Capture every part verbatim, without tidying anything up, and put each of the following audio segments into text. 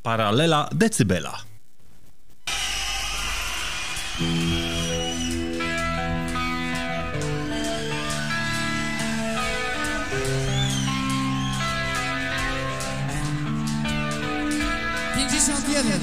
Paralela decybela. pięćdziesiąt jeden.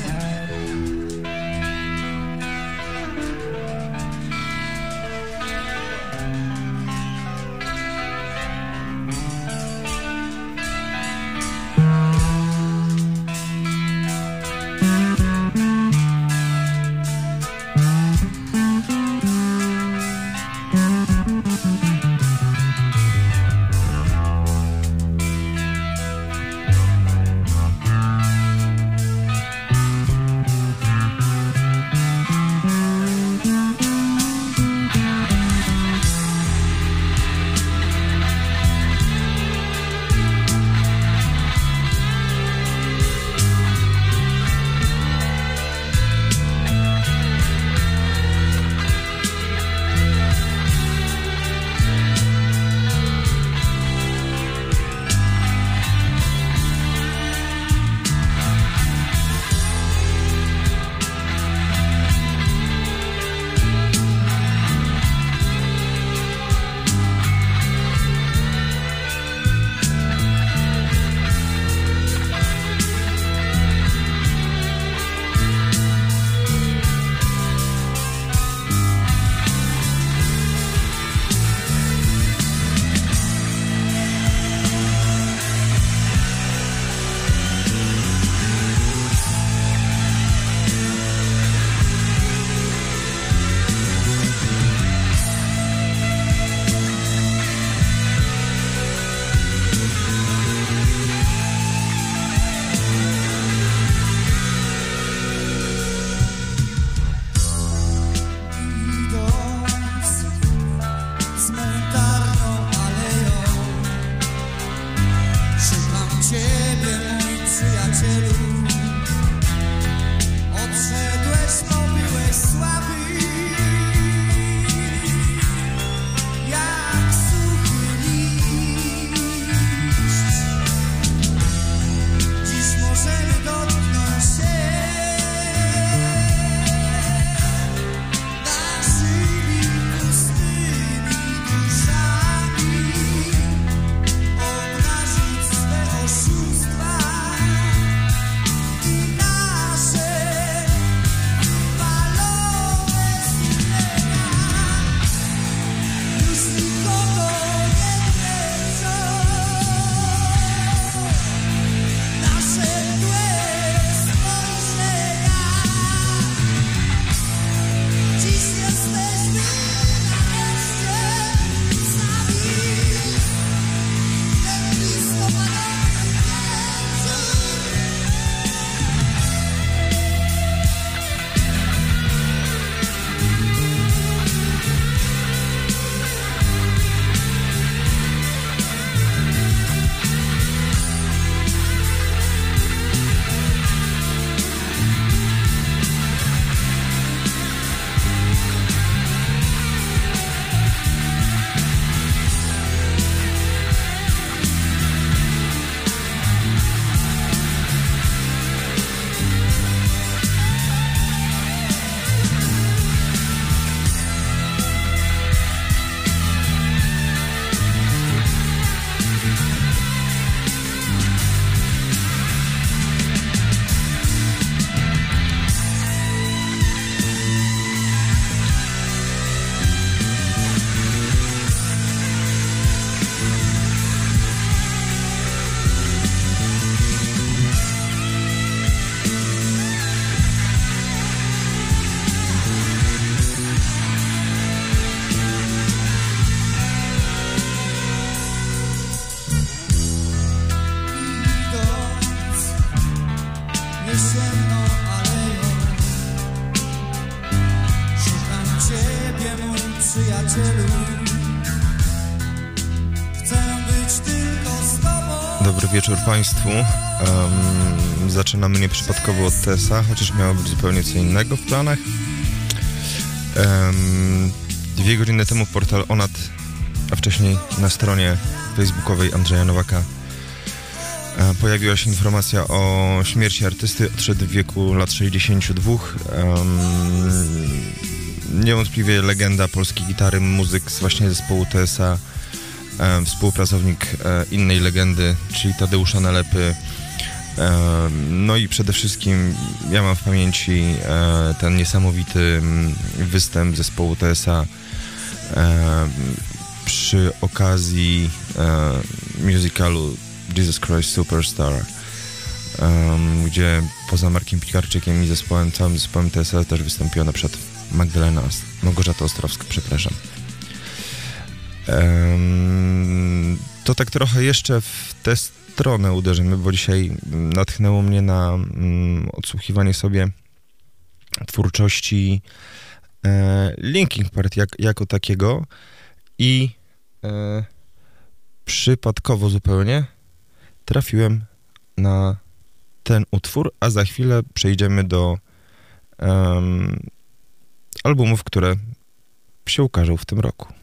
Dobry wieczór Państwu. Um, zaczynamy nieprzypadkowo od Tesa, chociaż miało być zupełnie co innego w planach. Um, dwie godziny temu portal Onat, a wcześniej na stronie facebookowej Andrzeja Nowaka pojawiła się informacja o śmierci artysty, odszedł w wieku lat sześćdziesięciu dwóch. Um, niewątpliwie legenda polskiej gitary, muzyk z właśnie zespołu T S A, um, współpracownik um, innej legendy, czyli Tadeusza Nalepy. Um, no i przede wszystkim ja mam w pamięci um, ten niesamowity um, występ zespołu T S A um, przy okazji um, musicalu Jesus Christ Superstar, um, gdzie poza Markiem Pikarczykiem i zespołem, całym zespołem T S A też wystąpiła na przykład Magdalena, Małgorzata Ostrowska, przepraszam. Um, to tak trochę jeszcze w tę stronę uderzymy, bo dzisiaj natchnęło mnie na um, odsłuchiwanie sobie twórczości e, Linkin Park jak, jako takiego i e, przypadkowo zupełnie trafiłem na ten utwór, a za chwilę przejdziemy do um, albumów, które się ukażą w tym roku.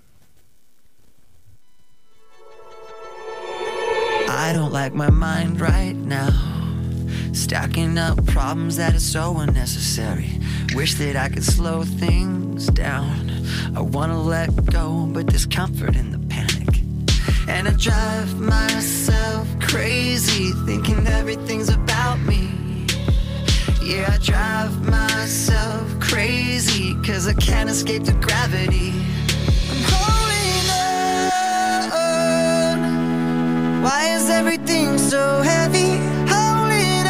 I don't like my mind right now, stacking up problems that are so unnecessary. Wish that I could slow things down. I wanna let go, but there's comfort in the panic. And I drive myself crazy, thinking everything's about me. Yeah, I drive myself crazy, cause I can't escape the gravity. I'm holding on. Why is everything so heavy? Holding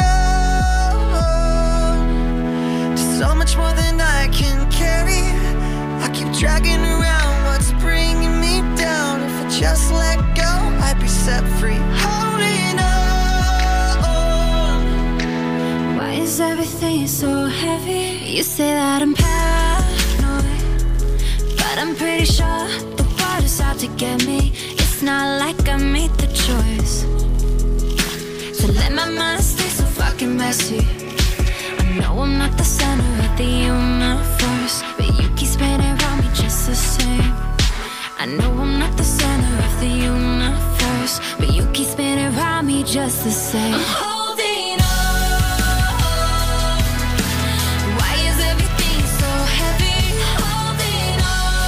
on to so much more than I can carry. I keep dragging around what's bringing me down. If I just let go, I'd be set free. Holding on. Why is everything so heavy? You say that I'm paranoid, but I'm pretty sure the world is out to get me. It's not like I made the choice to let my mind stay so fucking messy. I know I'm not the center of the universe, but you keep spinning around me just the same. I know I'm not the center of the universe, but you keep spinning around me just the same. I'm holding on. Why is everything so heavy? Holding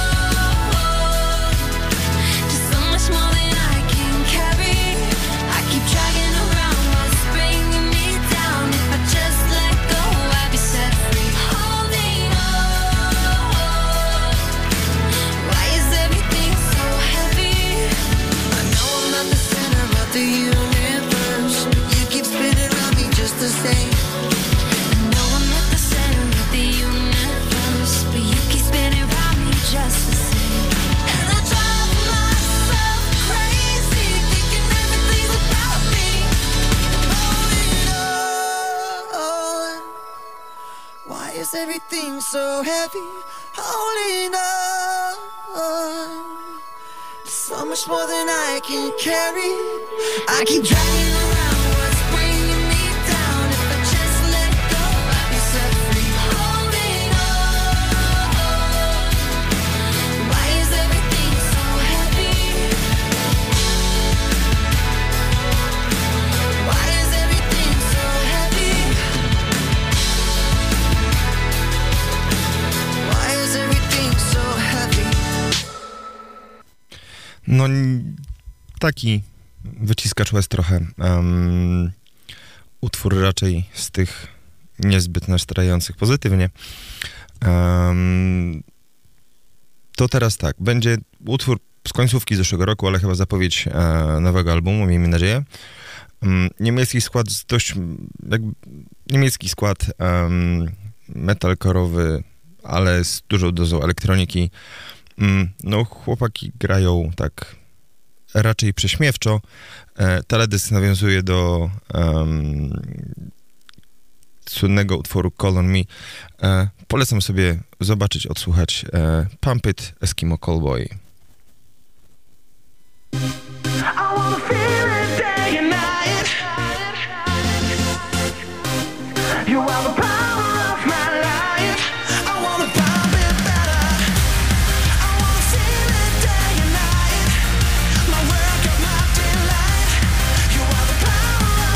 on to so much more than I can carry. I keep dragging around what's bringing me down. If I just let go, I'd be set free. Holding on. Why is everything so heavy? I know I'm not the center of the universe, but you keep spinning around me just the same. I know I'm not the center of the universe, but you keep spinning around me just the same. And I drive myself crazy, thinking everything's about me. Holding on. Why is everything so heavy? Holding on. So much more than I can carry. I keep dragging around what's bringing me down. If I just let go, I'd be set free. Holding on. Why is everything so heavy? Why is everything so heavy? Why is everything so heavy? No taki wyciskacz łez trochę. Um, utwór raczej z tych niezbyt nastrajających pozytywnie. Um, to teraz tak, będzie utwór z końcówki zeszłego roku, ale chyba zapowiedź e, nowego albumu, miejmy nadzieję. Um, niemiecki skład, dość jakby, niemiecki skład um, metalkorowy, ale z dużą dozą elektroniki. Um, no chłopaki grają tak raczej prześmiewczo. E, teledysk nawiązuje do um, słynnego utworu Call on Me. E, polecam sobie zobaczyć, odsłuchać e, Pump It, Eskimo Callboy. I wanna feel it day and night. You are the power of my life. I wanna pump it better. I wanna feel it day and night. My work of my delight. You are the power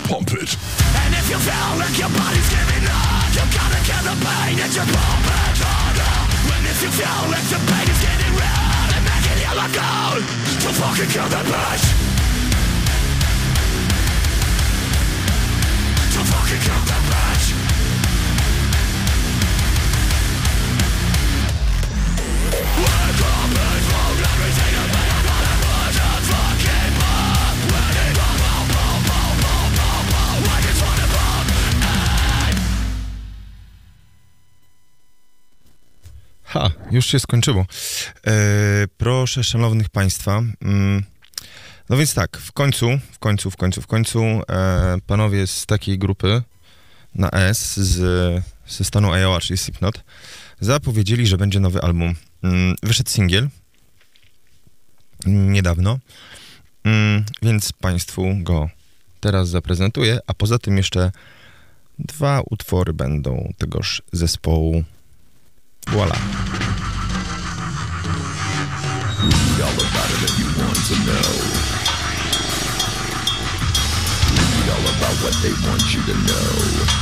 pump it. And if you feel like your body's giving up, you gotta kill the pain that you're pumping harder. When if you feel like the pain is getting real and making you look out, to fucking kill the bitch. To fucking kill the bitch. We're coming from everything about I'm gonna push and fucking pop. When it boom, boom, boom, boom, boom, boom, boom, like it's on the bomb. Ha, już się skończyło. E, proszę szanownych państwa, mm, no więc tak, w końcu, w końcu, w końcu, w końcu e, panowie z takiej grupy na S z, ze stanu Iowa, czyli Slipknot, zapowiedzieli, że będzie nowy album. Mm, wyszedł singiel niedawno, mm, więc państwu go teraz zaprezentuję, a poza tym jeszcze dwa utwory będą tegoż zespołu. Voila. Read all about it if you want to know. Read all about what they want you to know.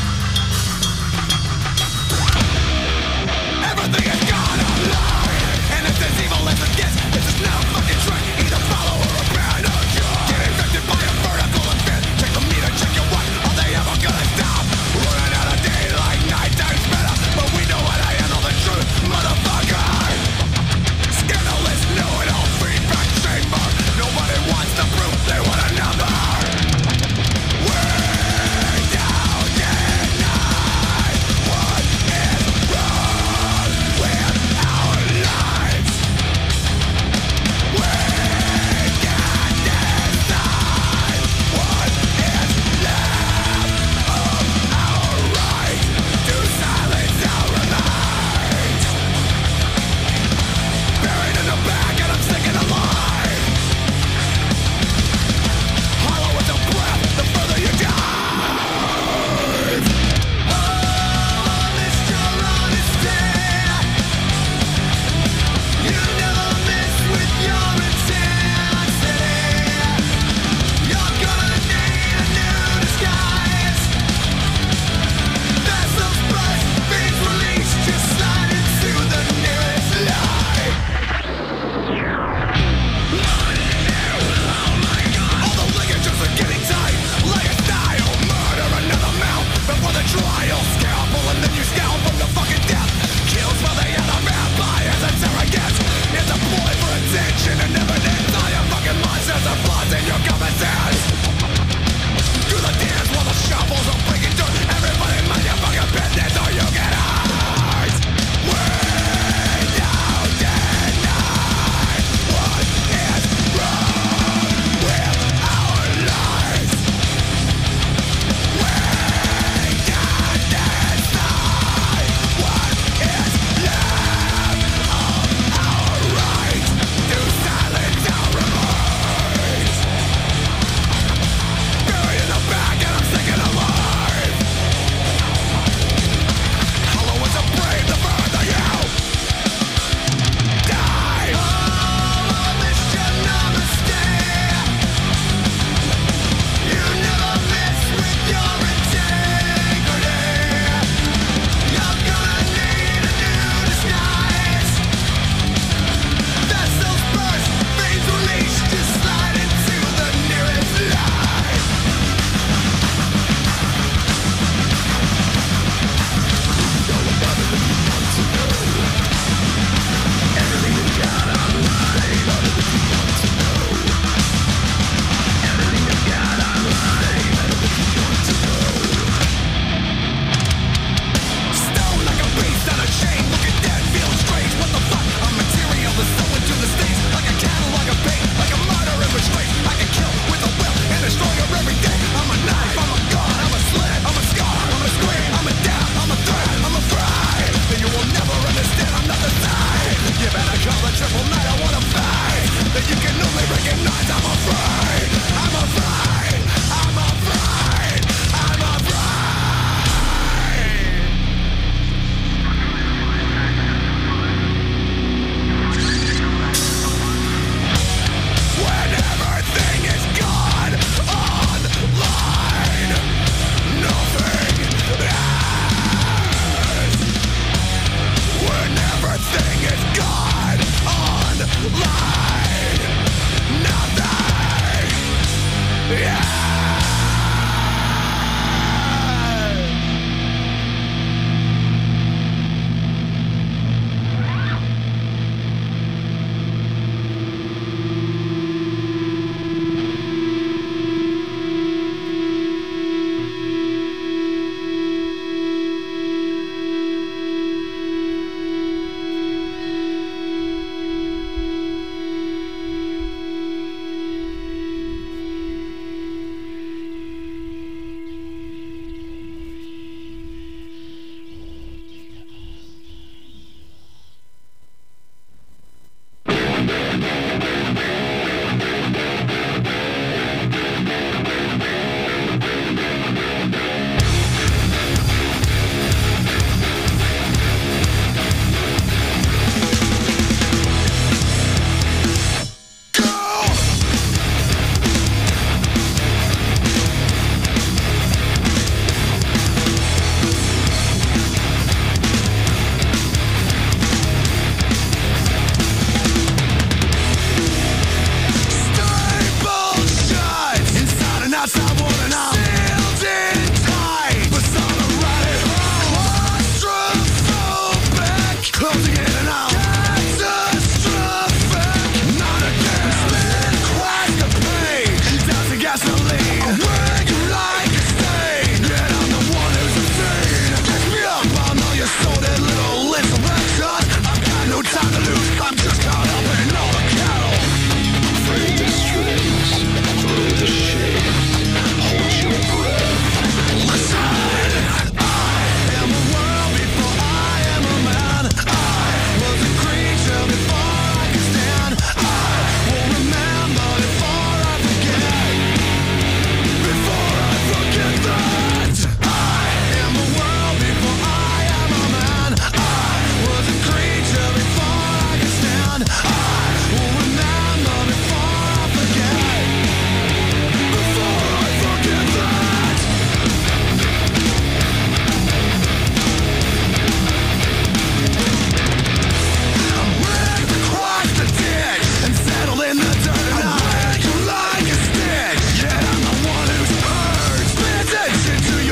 Everything is gone online, and it's as evil as it gets. This is no fucking trick, either follow or abandon. Get infected by a vertical event. Check the meter, check your watch. Are they ever gonna stop? Running out of daylight, night time's better, but we know how to handle the truth, motherfucker. Scandalous, know-it-all feedback chamber. Nobody wants the proof, they want a number. Way down, yeah.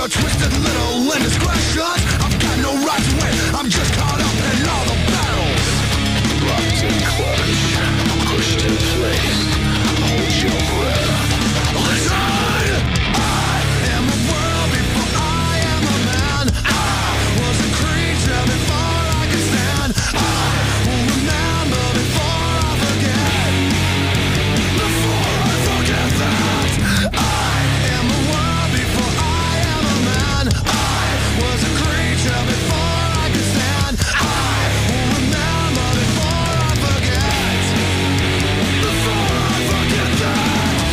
your twisted little indiscretions. I've got no right to win, I'm just caught up in all the battles. Locked in clutch, pushed in place. Hold your breath. Listen! I am a world before I am a man. I was a creature before I could stand. I will remember before I forget. Before I forget that I am a world before I am a man. I was a creature before I could stand. I will remember before I forget. Before I forget that.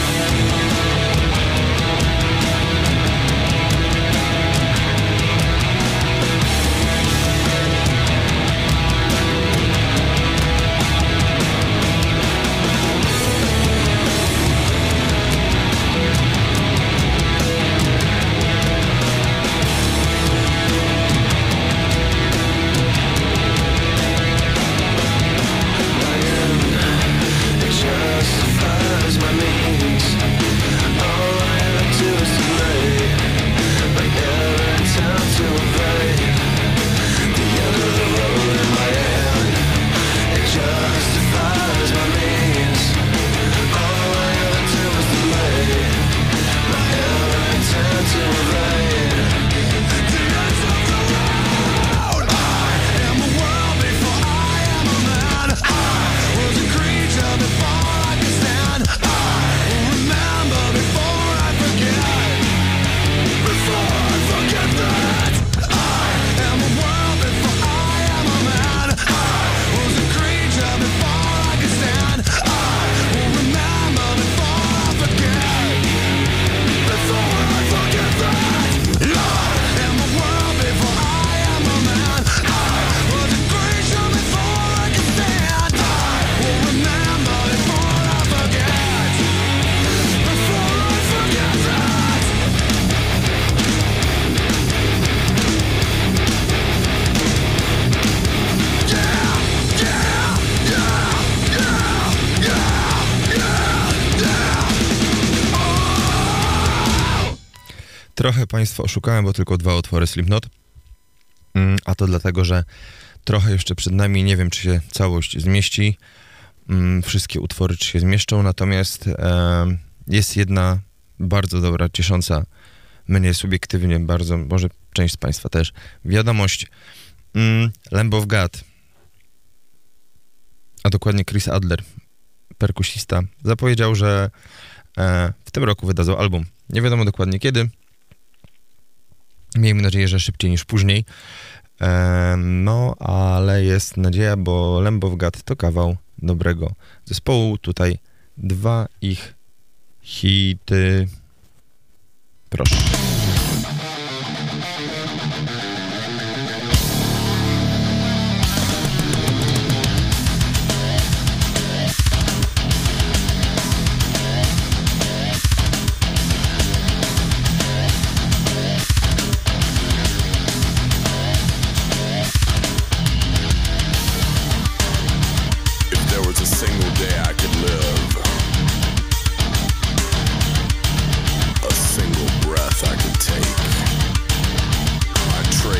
It justifies my means. All I ever do is delay. Like never in time to evade. The end of the road in my hand. It justifies my means. All I ever do is delay. Like never in time to evade. The end of the road. I am a world before I am a man. I was a creature before I could stand. I will remember before I forget. Before I forget that I am a world before I am a man. I was a creature before I could stand. I will remember before I forget. Before I forget that I am a world before I am a man. I was a creature before I could stand. I will remember before I forget. Before I forget that. Trochę Państwa oszukałem, bo tylko dwa utwory Slipknot. Mm, a to dlatego, że trochę jeszcze przed nami, nie wiem, czy się całość zmieści. Mm, wszystkie utwory, czy się zmieszczą, natomiast e, jest jedna bardzo dobra, ciesząca mnie subiektywnie bardzo, może część z Państwa też, wiadomość. Mm, Lamb of God, a dokładnie Chris Adler, perkusista, zapowiedział, że e, w tym roku wydadzą album. Nie wiadomo dokładnie kiedy. Miejmy nadzieję, że szybciej niż później. E, no, ale jest nadzieja, bo Lamb of God to kawał dobrego zespołu. Tutaj dwa ich hity. Proszę. If there was a single day I could live, a single breath I could take, I'd trade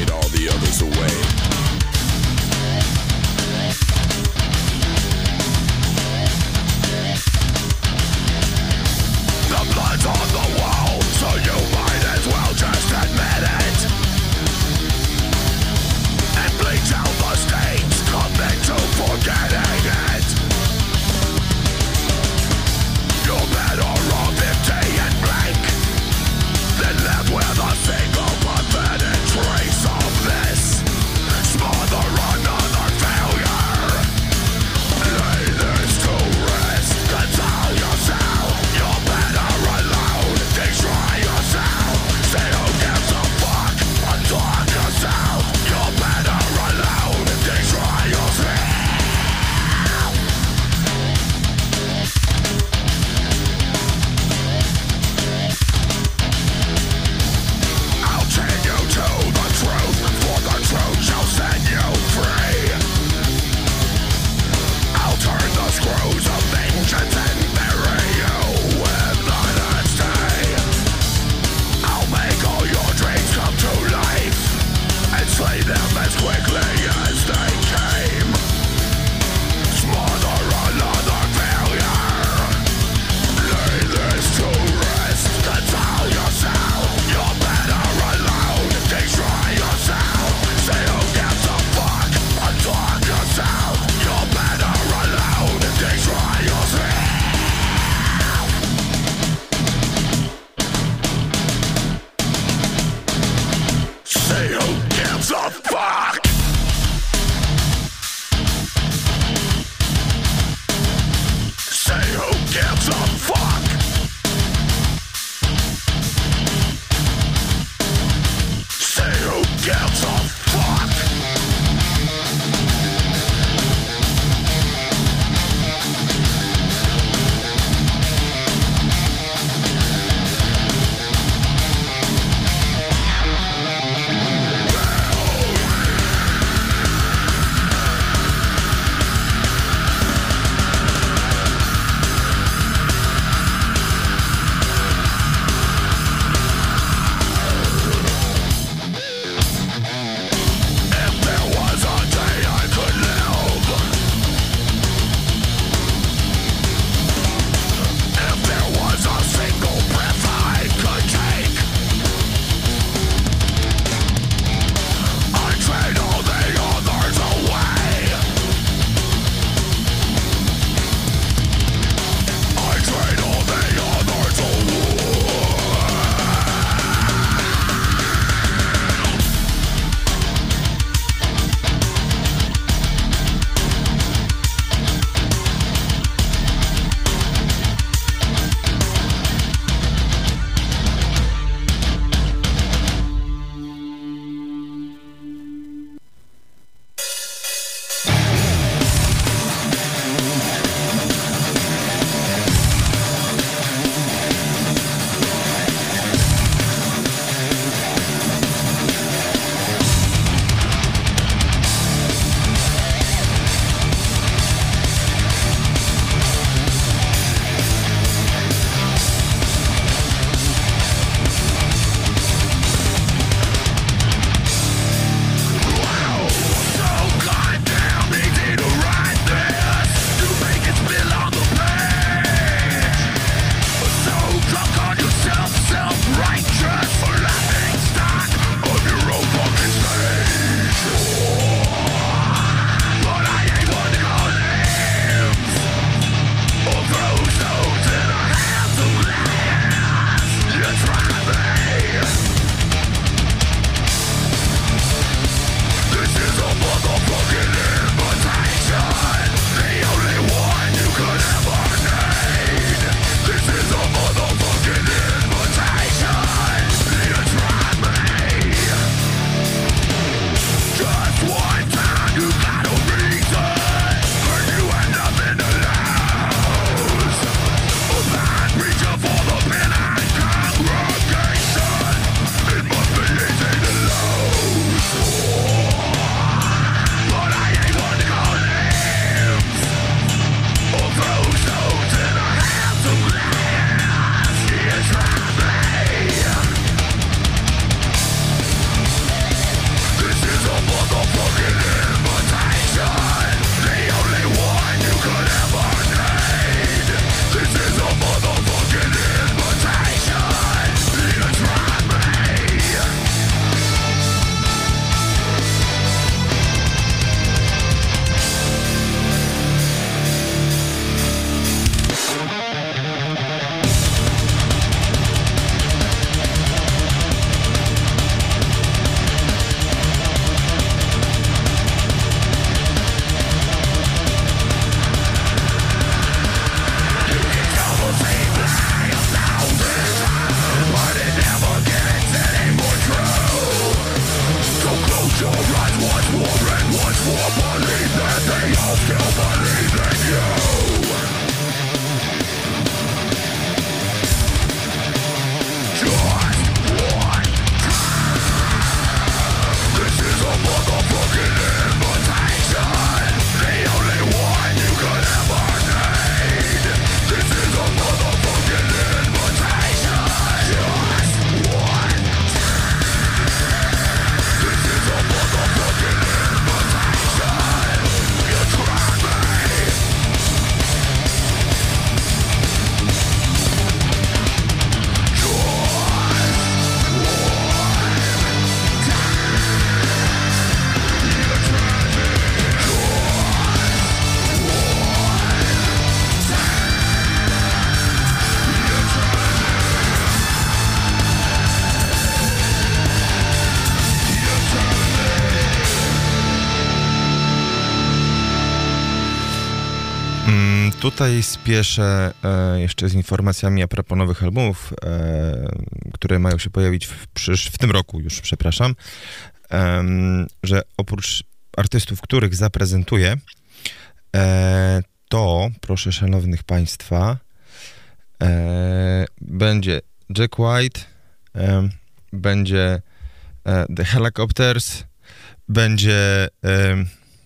Tutaj spieszę e, jeszcze z informacjami a propos nowych albumów, e, które mają się pojawić w, przysz, w tym roku już, przepraszam, e, że oprócz artystów, których zaprezentuję, e, to, proszę szanownych państwa, e, będzie Jack White, e, będzie e, The Helicopters, będzie e,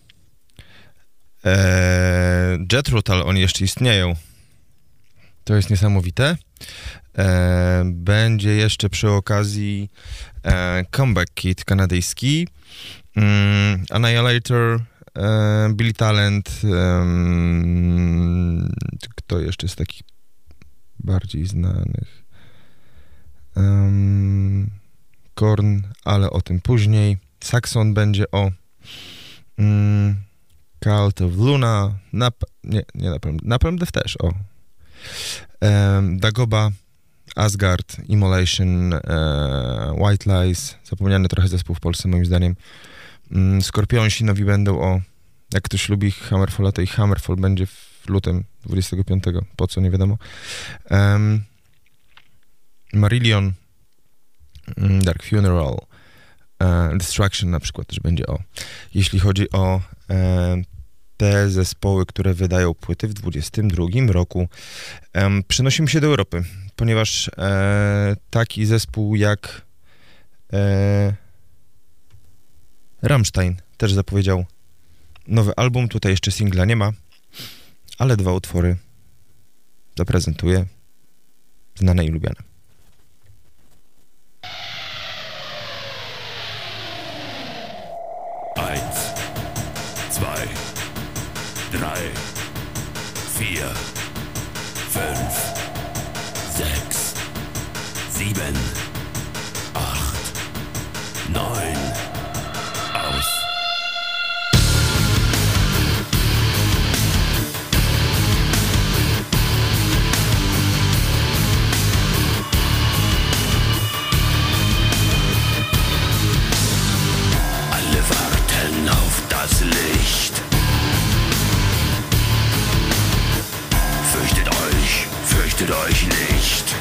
e, Jethro Tull, oni jeszcze istnieją. To jest niesamowite. E, będzie jeszcze przy okazji e, Comeback Kid kanadyjski, mm, Annihilator, e, Billy Talent, e, kto jeszcze z takich bardziej znanych? Um, Korn, ale o tym później. Saxon będzie o um, Cult of Luna, Nap- nie, nie Napalm, Napalm Death też, o um, Dagoba, Asgard, Immolation, e, White Lies, zapomniany trochę zespół w Polsce moim zdaniem. Um, Skorpionsi nowi będą o, jak ktoś lubi Hammerfalla, to i Hammerfall będzie w lutym dwudziestego piątego, po co nie wiadomo. Um, Marillion, Dark Funeral, uh, Destruction na przykład też będzie o. Jeśli chodzi o e, te zespoły, które wydają płyty w dwudziestym drugim roku, um, przenosimy się do Europy, ponieważ e, taki zespół jak e, Rammstein też zapowiedział nowy album. Tutaj jeszcze singla nie ma, ale dwa utwory zaprezentuję, znane i lubiane. Eins, zwei, drei, vier, fünf, sechs, sieben, acht, neun, aus. Alle warten auf das Licht. Fürchtet euch, fürchtet euch nicht.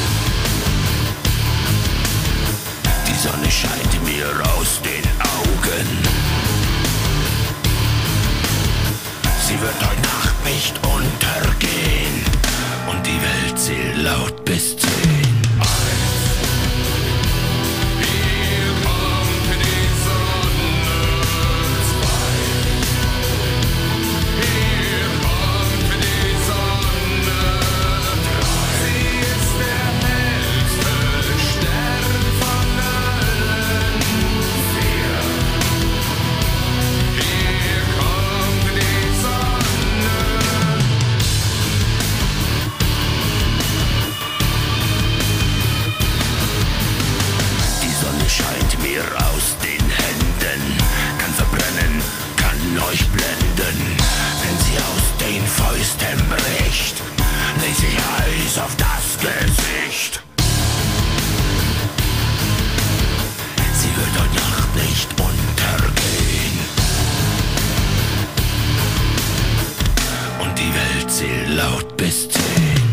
Die Sonne scheint mir aus den Augen. Sie wird heute Nacht nicht untergehen. Und die Welt zählt laut bis zehn. Aus den Händen, kann verbrennen, kann euch blenden. Wenn sie aus den Fäusten bricht, legt sich Eis auf das Gesicht. Sie wird heute Nacht nicht untergehen. Und die Welt zählt laut bis zehn.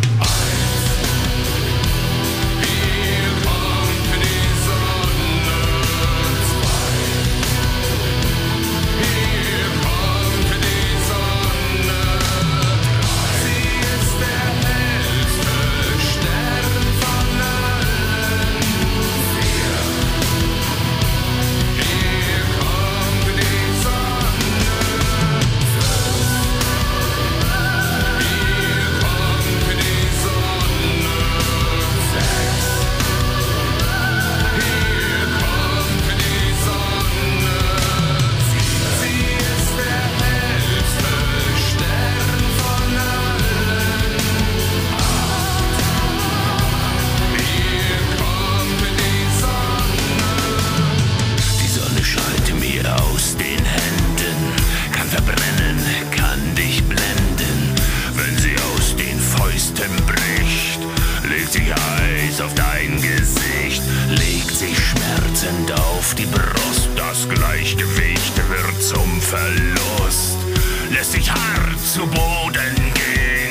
Auf die Brust, das Gleichgewicht wird zum Verlust, lässt sich hart zu Boden gehen.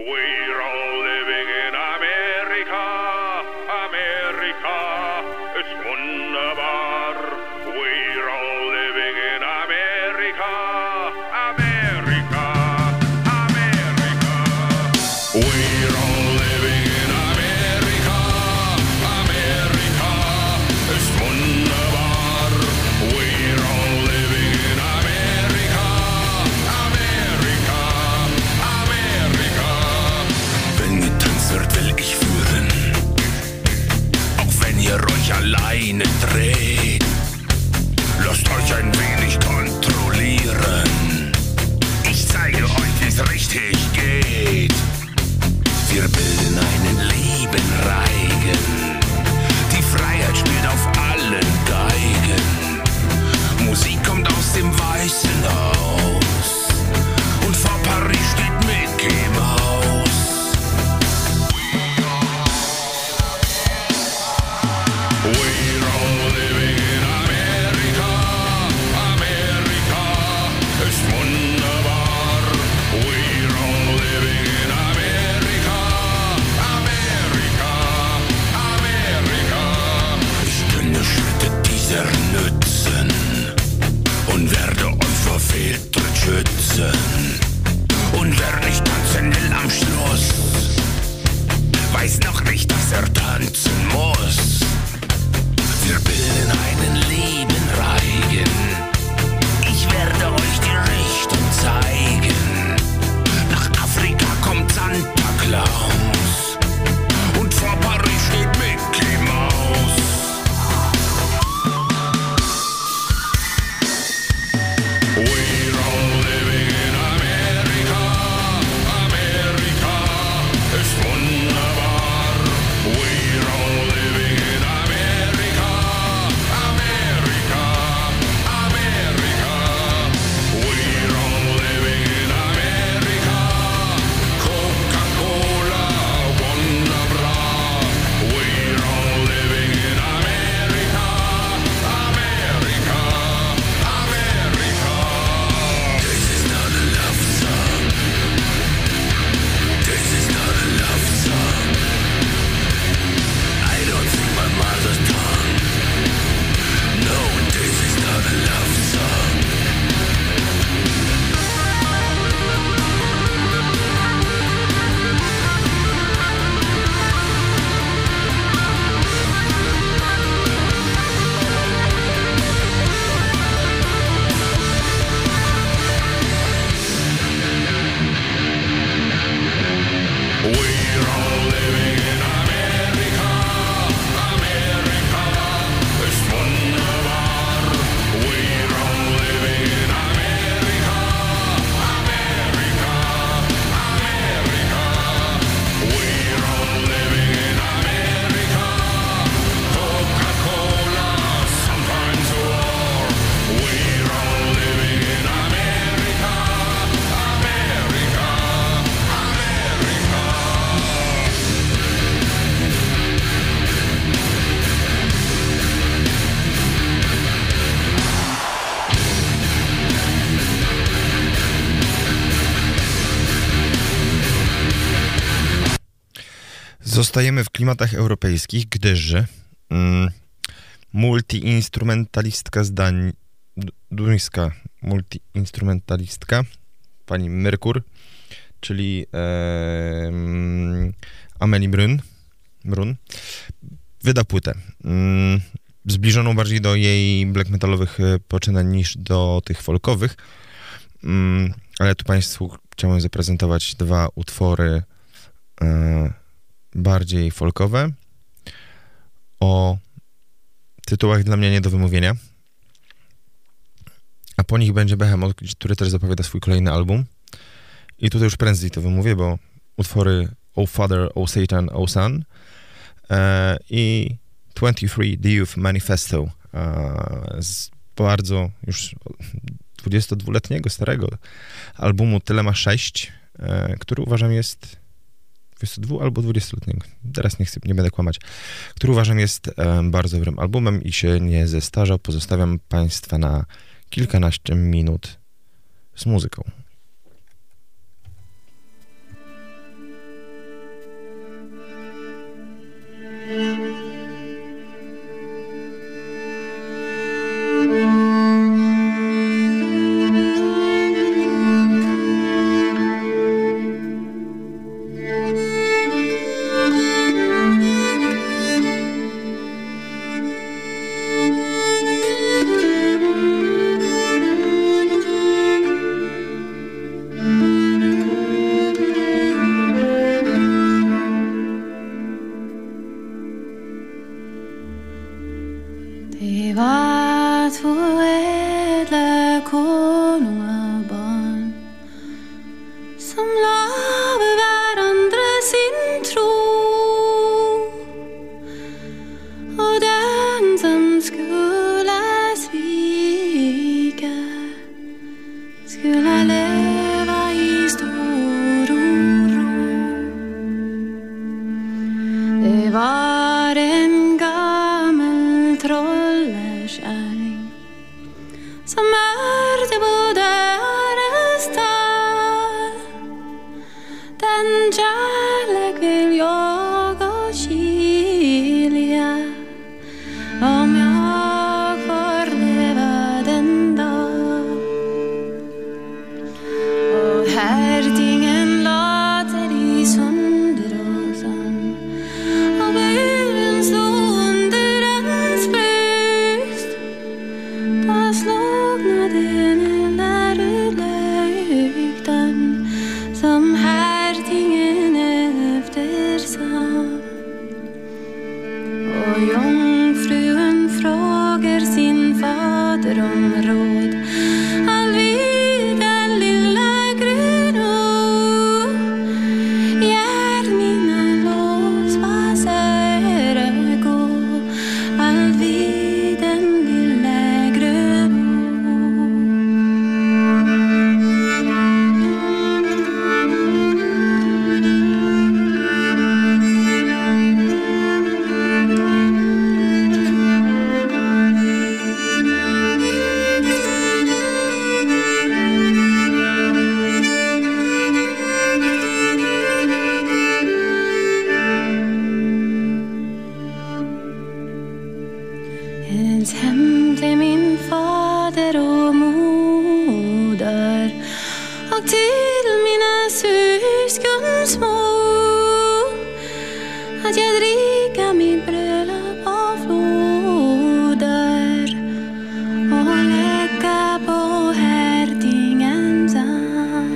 We're all living in America, America ist wunderbar. We're all living in America, America, America. We're all living in America, America ist wunderbar. We're all living in America, America, America. Wenn getanzt wird, will ich führen, auch wenn ihr euch alleine dreht. Lasst euch ein wenig kontrollieren. Ich zeige euch, wie's richtig geht. Wir bilden einen lieben Reigen. Die Freiheit spielt auf allen Geigen. Musik kommt aus dem Weißen Haus. Und vor Paris steht Mickey Mouse. We're all living in America, America ist wunderbar. We're all living in America, America, America. Ich kenne Schritte dieser nützen und werde unverfehlt schützen. Und wer nicht tanzen will am Schluss, weiß noch nicht, dass er tanzen muss. Wir bilden einen lieben Reigen. Ich werde euch die Richtung zeigen. Nach Afrika kommt Santa Claus. Und vor Paris steht Mickey Mouse. We're all living in America, America ist wunderbar. We're all living in America, America, America. We're all living in America. Coca-Cola, wunderbar. We're all living in America, America, America. This is not a love song. This is not a love song. I don't sing my mother's tongue. No, this is not a love song. We're all living in America, America ist wunderbar. We're all living in America, America, America. We're all living in America. Coca-Cola, sometimes war. We're all living in America, America, America. Zostajemy w klimatach europejskich, gdyż mm, multiinstrumentalistka z Danii, d- duńska multiinstrumentalistka, pani Merkur, czyli e, mm, Amelie Brun, Brun, wyda płytę. Mm, zbliżoną bardziej do jej black metalowych e, poczynań niż do tych folkowych. Mm, ale tu Państwu chciałem zaprezentować dwa utwory e, bardziej folkowe o tytułach dla mnie nie do wymówienia. A po nich będzie Behemoth, który też zapowiada swój kolejny album. I tutaj już prędzej to wymówię, bo utwory O Father, O Satan, O Son e, i dwadzieścia trzy The Youth Manifesto e, z bardzo już dwudziestodwuletniego starego albumu Tyle ma sześć, e, który uważam jest dwudziestodwu albo dwudziestoletniego, teraz nie, chcę, nie będę kłamać, który uważam jest e, bardzo dobrym albumem i się nie zestarzał. Pozostawiam Państwa na kilkanaście minut z muzyką. som lover hverandre sin tro. Og den som skulle svike, skulle leve i stor uro. Det var en gammel trolleskjæring som mørte både Arestal. Den kjærlek vil jeg og skilje, om jeg får leve den dag. Og hertingen later i sønder og sand, og buen sto under hans bryst. Da slokna den lille rødløykten som hertingen efterså. Og jomfruen frågar sin fader om råd. Alvid den lilla Gruno, gjør mine lov spasere gå. Alvid den lilla Gruno. Ens hem till min fader och moder, och till mina syskon små, att jag dricka mitt bröllop av floder och lägga på hertigens hand.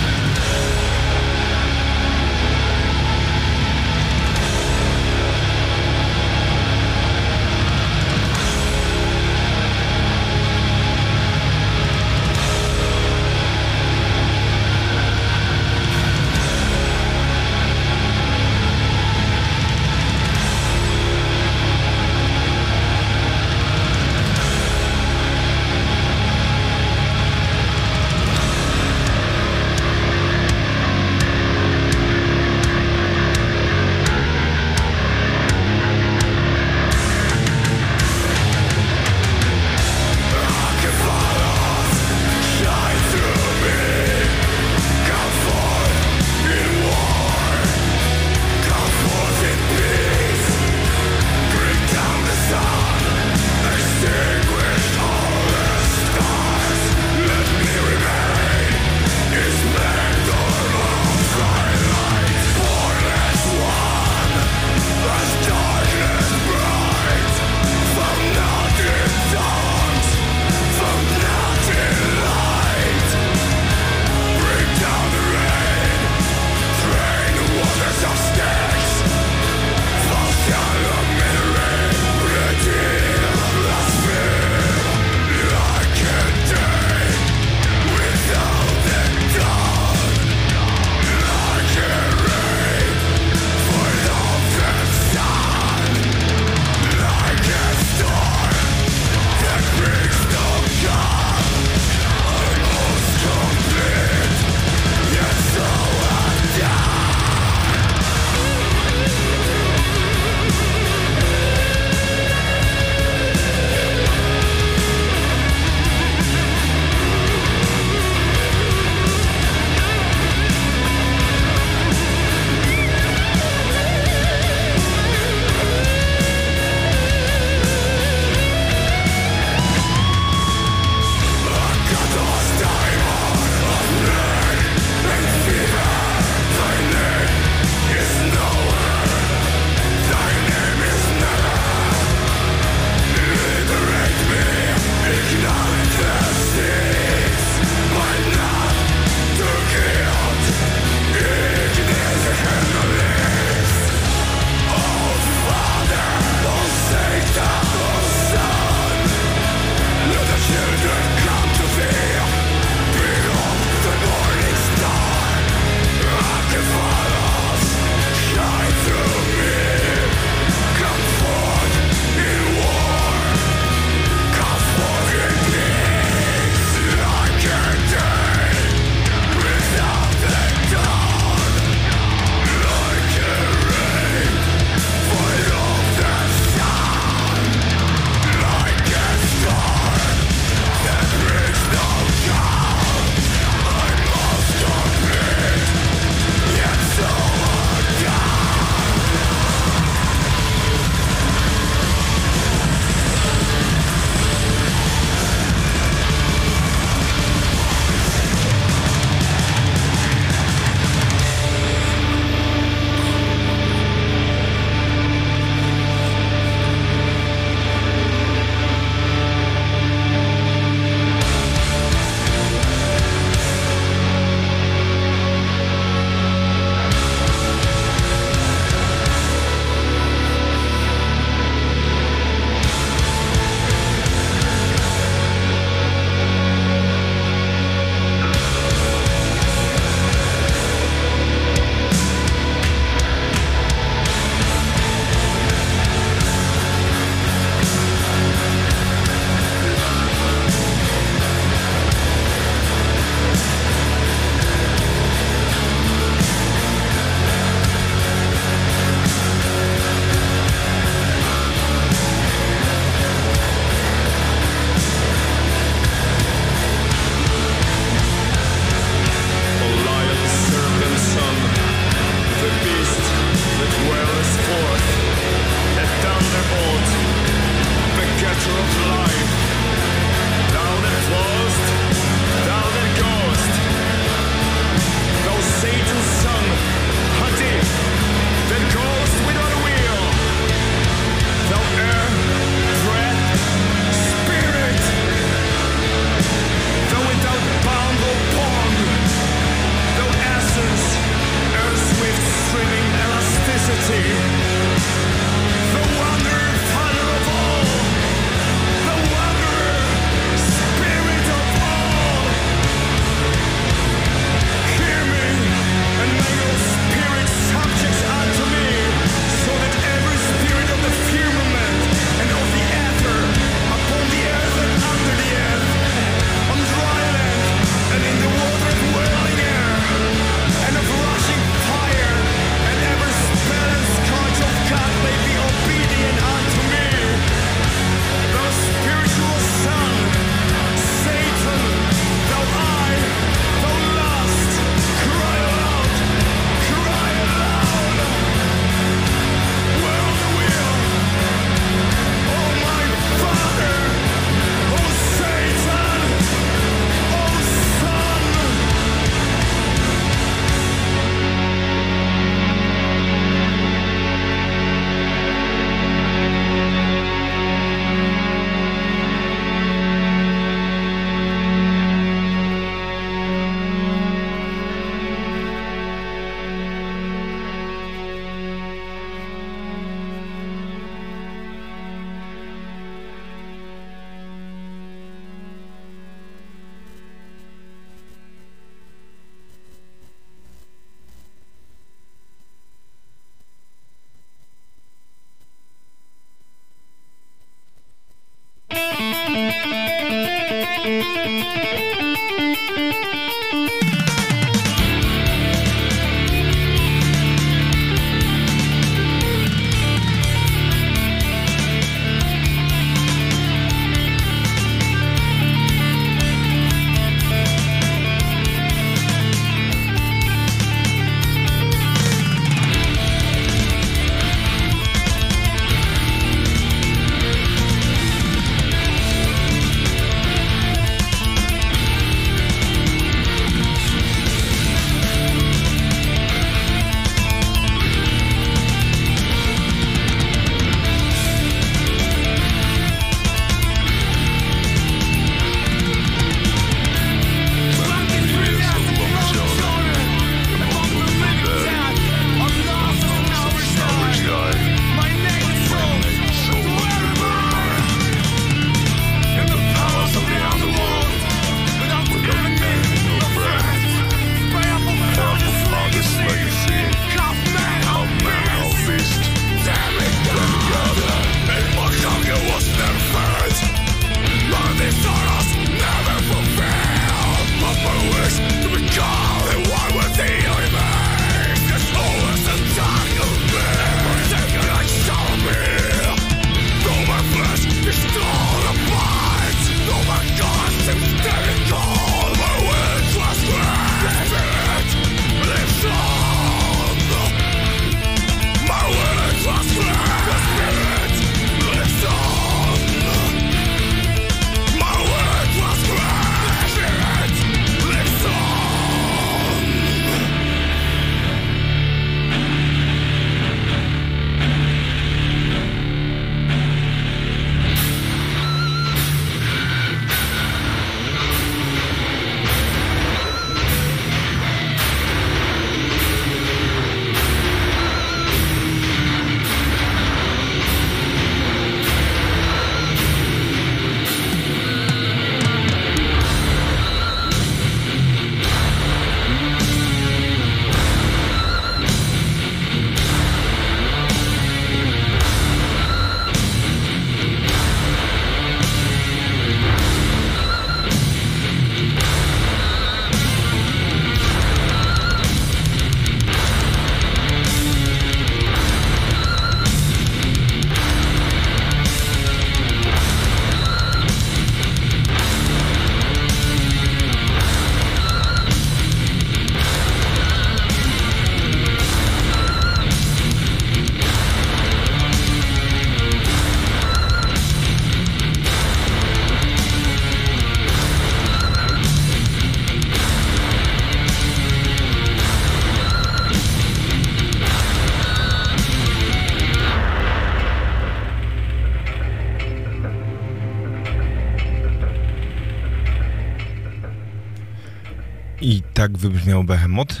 I tak wybrzmiał Behemoth.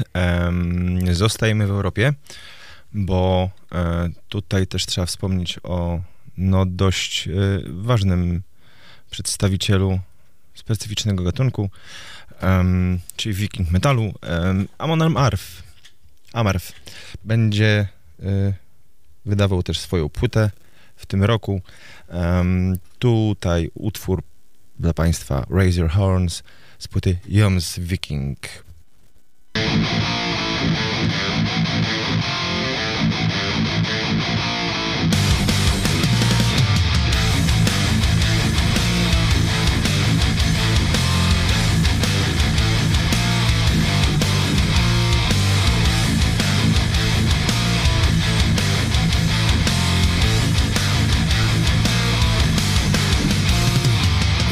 Zostajemy w Europie, bo tutaj też trzeba wspomnieć o no, dość ważnym przedstawicielu specyficznego gatunku, czyli wiking metalu, Amon Amarth. Amarth będzie wydawał też swoją płytę w tym roku. Tutaj utwór dla Państwa Raise Your Horns z płyty Jom's Viking.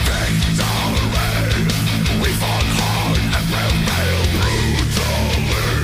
We fought hard and prevailed brutally.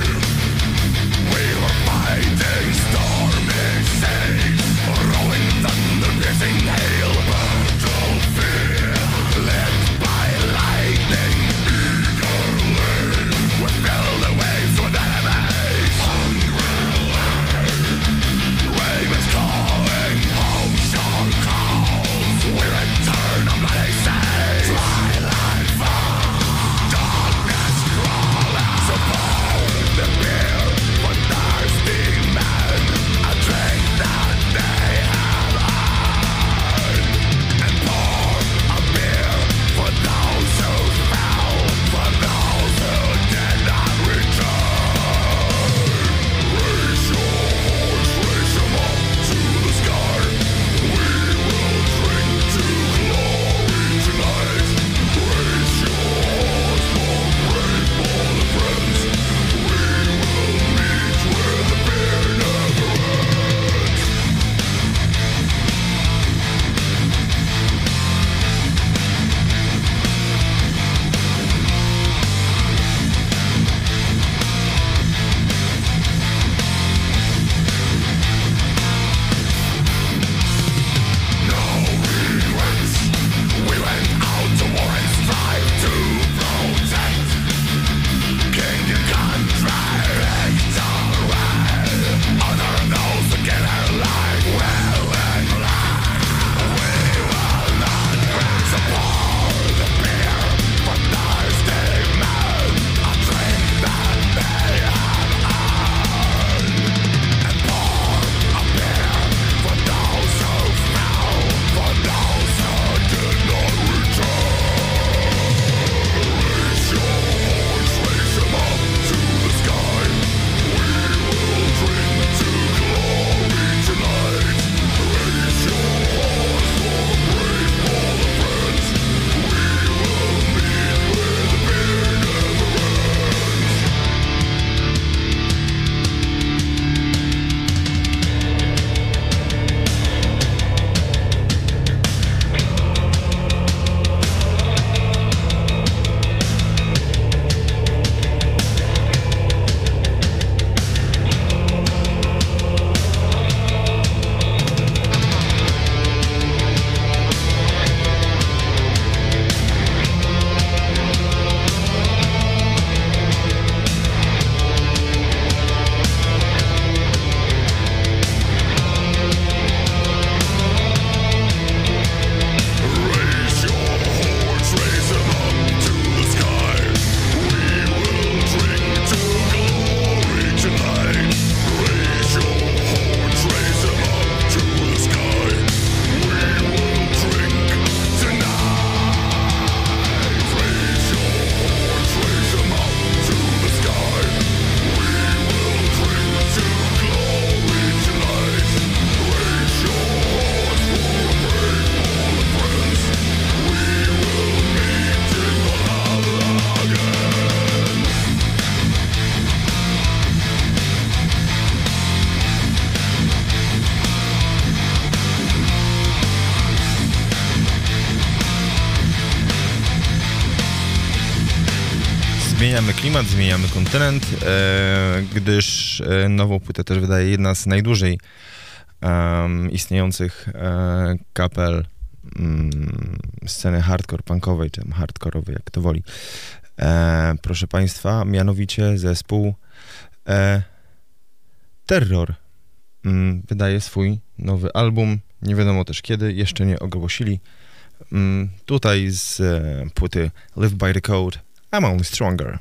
Zmieniamy klimat, zmieniamy kontynent, e, gdyż e, nową płytę też wydaje jedna z najdłużej e, istniejących e, kapel mm, sceny hardcore punkowej, czy hardkorowej, jak to woli. E, proszę Państwa, mianowicie zespół e, Terror mm, wydaje swój nowy album. Nie wiadomo też kiedy, jeszcze nie ogłosili. Mm, tutaj z e, płyty Live by the Code, I'm Only Stronger.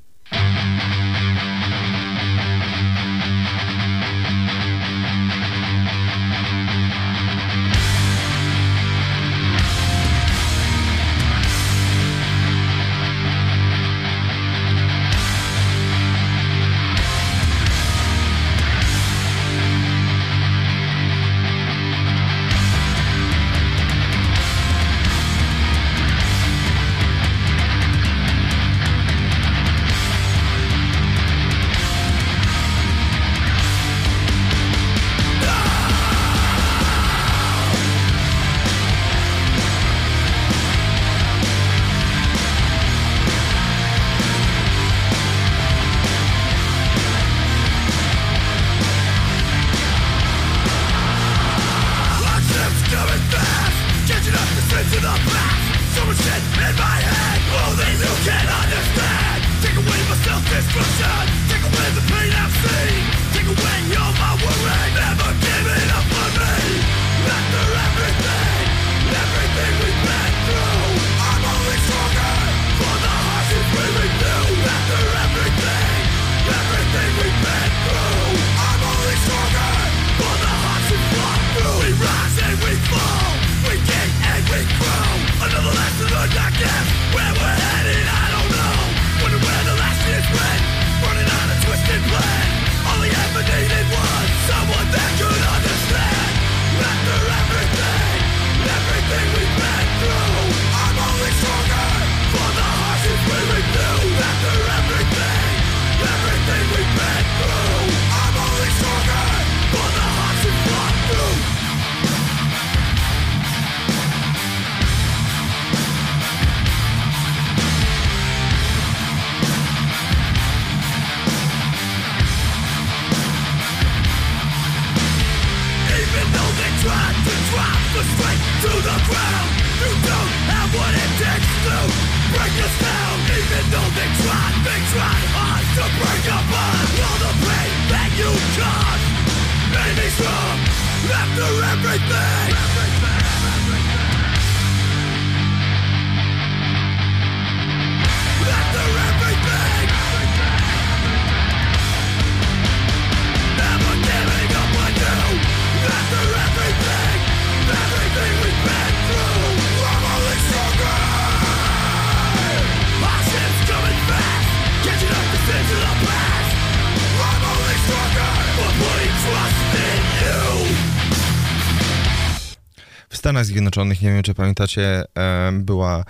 W Stanach Zjednoczonych, nie wiem czy pamiętacie, była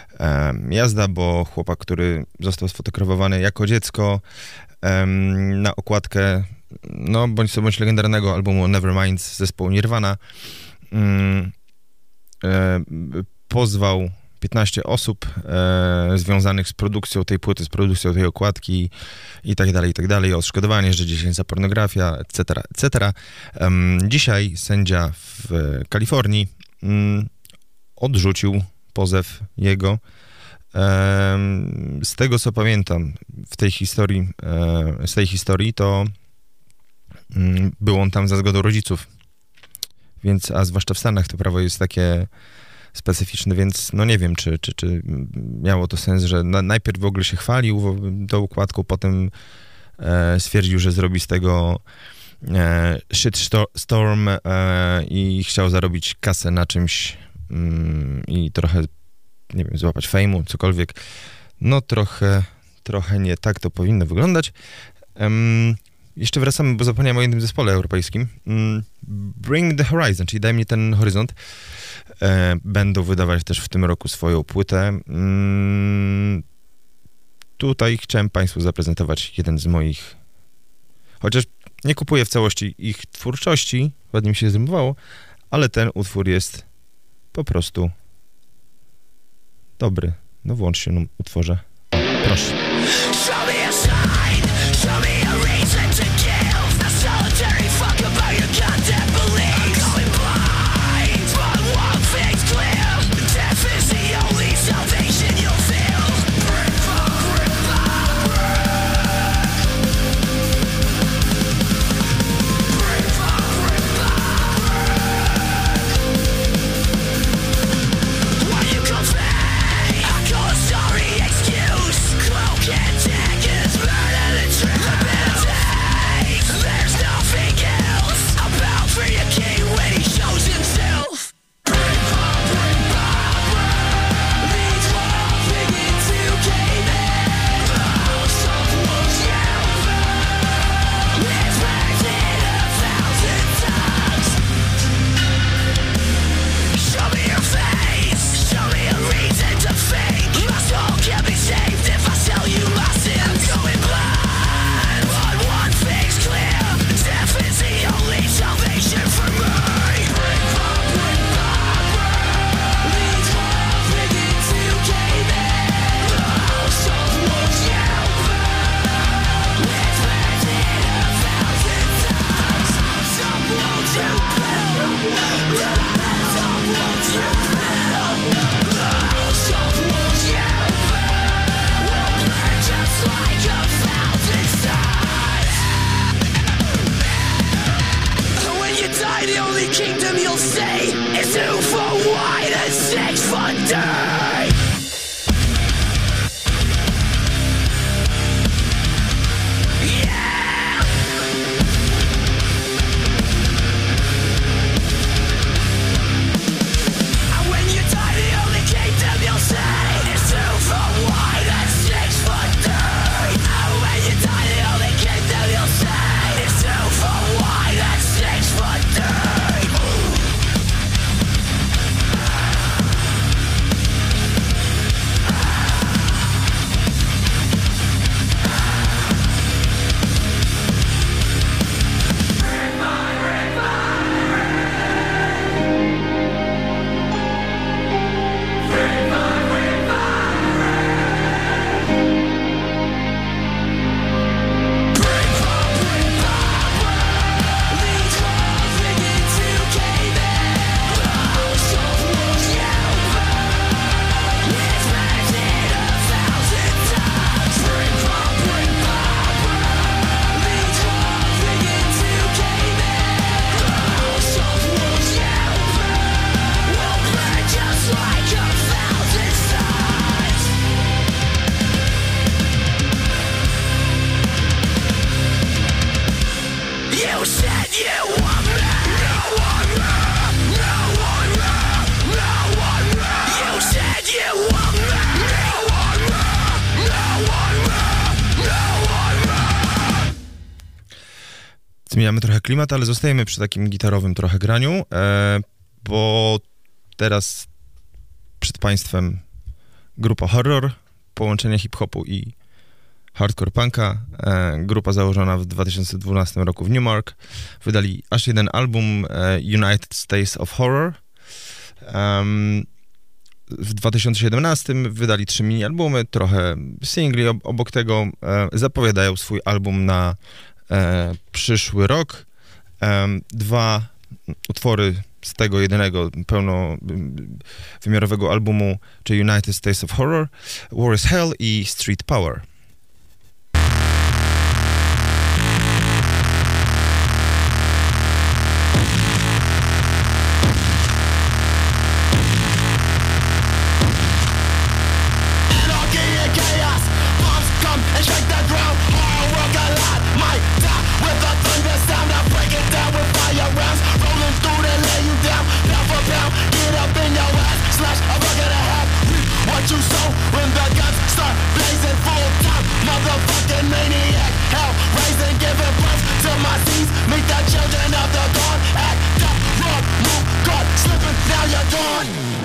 jazda, bo chłopak, który został sfotografowany jako dziecko na okładkę, no bądź co bądź legendarnego albumu Nevermind z zespołu Nirvana, pozwał piętnaście osób e, związanych z produkcją tej płyty, z produkcją tej okładki i tak dalej, i tak dalej, o odszkodowanie, że dziecięca pornografia, et cetera, et cetera. Um, dzisiaj sędzia w Kalifornii um, odrzucił pozew jego. Um, z tego, co pamiętam w tej historii, e, z tej historii, to um, był on tam za zgodą rodziców. Więc, a zwłaszcza w Stanach to prawo jest takie specyficzny, więc no nie wiem, czy, czy, czy miało to sens, że na, najpierw w ogóle się chwalił tą układką, potem e, stwierdził, że zrobi z tego e, shitstorm e, i chciał zarobić kasę na czymś mm, i trochę, nie wiem, złapać fejmu, cokolwiek. No trochę, trochę nie tak to powinno wyglądać. Um, jeszcze wracamy, bo zapomniałem o jednym zespole europejskim. Um, Bring the Horizon, czyli Daj mi ten horyzont. E, będą wydawać też w tym roku swoją płytę. Mm, tutaj chciałem Państwu zaprezentować jeden z moich, chociaż nie kupuję w całości ich twórczości, ładnie mi się zrymowało, ale ten utwór jest po prostu dobry. No włącz się, no, utworze. Proszę. zmieniamy trochę klimat, ale zostajemy przy takim gitarowym trochę graniu, e, bo teraz przed państwem grupa Horror, połączenie hip-hopu i hardcore punka, e, grupa założona w dwa tysiące dwunastym roku w Newmark, wydali aż jeden album, e, United States of Horror. Um, w dwa tysiące siedemnastym wydali trzy mini-albumy, trochę singli ob- obok tego, e, zapowiadają swój album na e, przyszły rok. E, dwa utwory z tego jedynego pełnowymiarowego albumu, czyli United States of Horror, War is Hell i Street Power. And shake the ground, hard work a lot might die with a thunder sound. I break it down with fire rounds, rolling through to lay you down, pound for pound, get up in your ass, slash a buck and a half. Reap what you sow when the guns start blazing full time. Motherfucking maniac, hell raising, giving birth to my seeds. Meet the children of the dawn, act up, run, move, caught, slipping, now you're gone.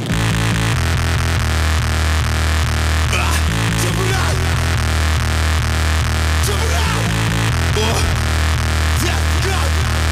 Ah, jump it out. Oh, death God!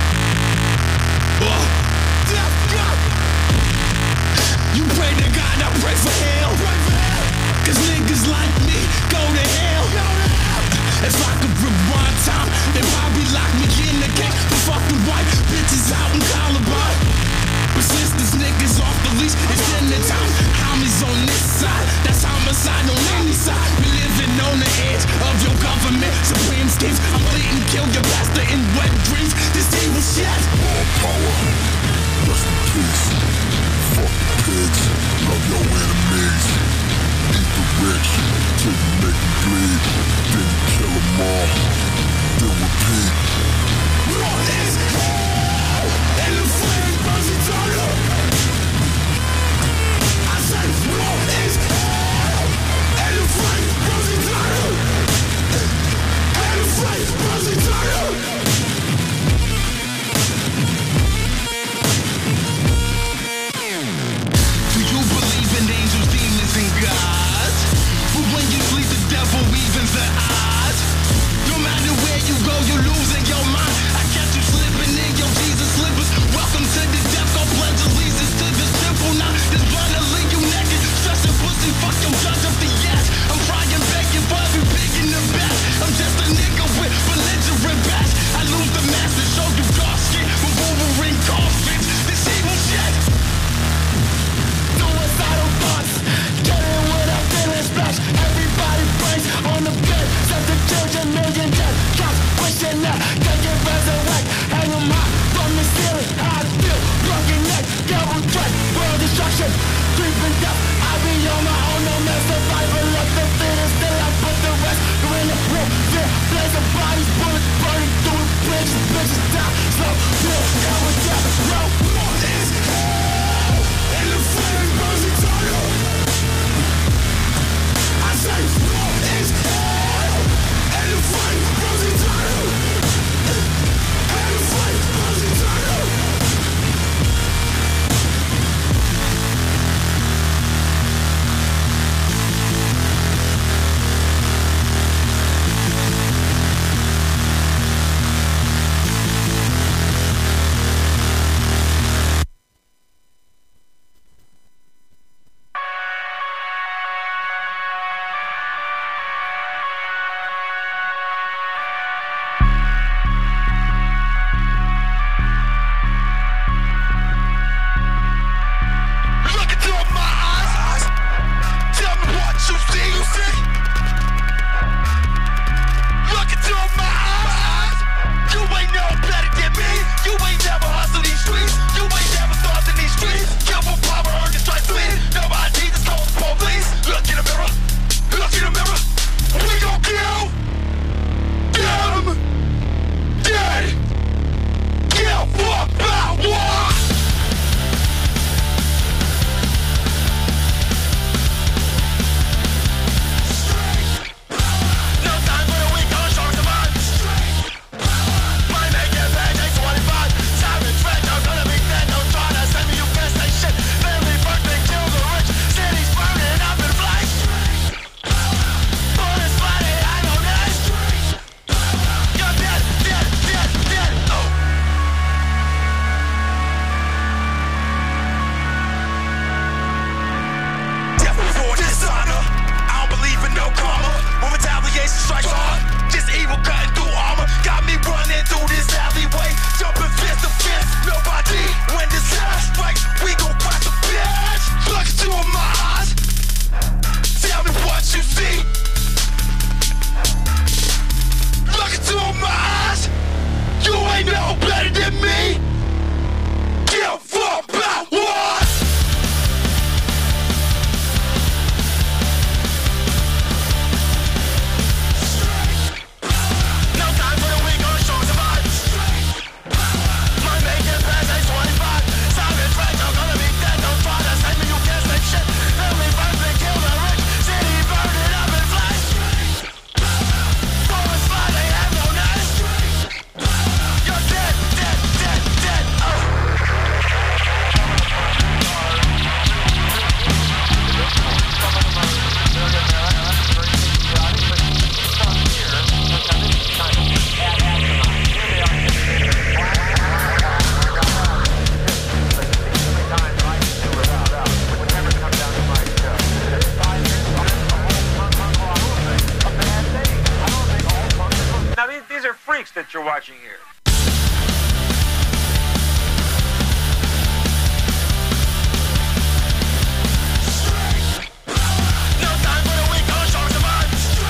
Oh, death God! You pray to God, I pray for hell. Cause niggas like me go to hell. If I could rewind time, they'd probably lock me in the cage for fucking white bitches out in Columbine. But since this nigga's off the leash, it's dinner time. Homies on this side, that's homicide on any side. We living on the edge of your government supreme schemes. I'm bleeding, kill your pastor in wet dreams. This evil shit. All power, rest in peace. Fuck the pigs, love your enemies. Eat the rich till you make them bleed. Then you kill them all, then repeat. What is hell? And the flame burns eternal. I say what is hell? And the flame burns eternal. And the flame burns eternal. Do you believe in angels, demons, and gods? But when you sleep, the devil evens the odds. No matter where you go, you losing your mind. I catch you slipping in your Jesus slippers. Welcome to the death, go pledge allegiance to this temple. Now this blood will leave you naked. Stressing pussy, fuck your judge of the yes. I'm frying bacon for every pig in the back. I'm just a nigga with belligerent bash. I lose the mask and show you dark skin with Wolverine coffins. This evil shit. Suicidal thoughts, killing with a feeling splash. Everybody prays on the bed, set the children million dead. Cops wishing that they can resurrect. Hang them high from the ceiling, how I feel. Broken neck, double threat, world destruction, creeping death. I be on my own, no man, survival of the fittest. Still I put the rest in the room. Fear, blazing bodies, bullets burning through the bridges. Bitches die, slow, real, hell with death, row. What is hell? And the flame burns eternal. I say, what is hell? And the flame burns eternal. And the flame burns eternal. evil cutting through armor. Got me running through this alleyway, jumping fence to fence. Nobody, when this hell strikes, we gon' crack the bitch. Look into my eyes, tell me what you see. Look into my eyes, you ain't no better than me. Give a fuck about what? No time for the weak or the strong survive. My making plans ain't twenty-five. Simon Frank, I'm gonna be dead. Don't try to save me, you can't save shit. Family first, they kill the rich. City burning up in flames. Forest fire, they have no name. You're dead, dead, dead, dead. Oh. Now these, these are freaks that you're watching here. No time for the weak or the strong survive.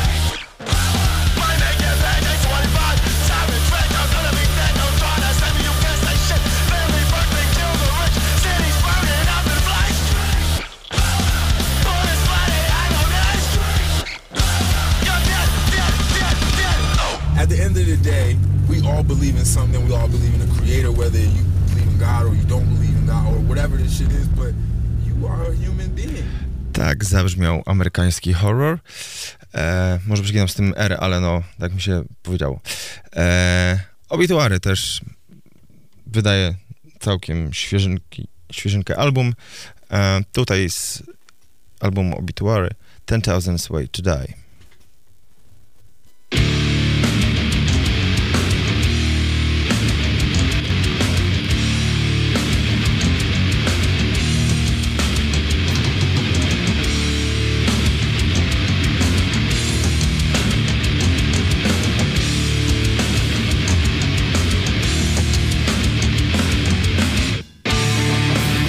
My making plans ain't twenty-five. Simon Frank, I'm gonna be dead. Don't try to save me, you can't say shit. Family first, they kill the rich. Cities burning up in flames. Bullets fly, they have no name. You're dead, dead, dead, dead. Oh. At the end of the day, we all believe in something. We all believe in a creator, whether you believe in God or you don't believe in God or whatever this shit is, but you are a human being. Tak zabrzmiał amerykański horror. E, może przeginam z tym R, ale no, tak mi się powiedziało. E, Obituary też wydaje całkiem świeżynki, świeżynkę album. E, tutaj z albumu Obituary ten thousand Way to Die.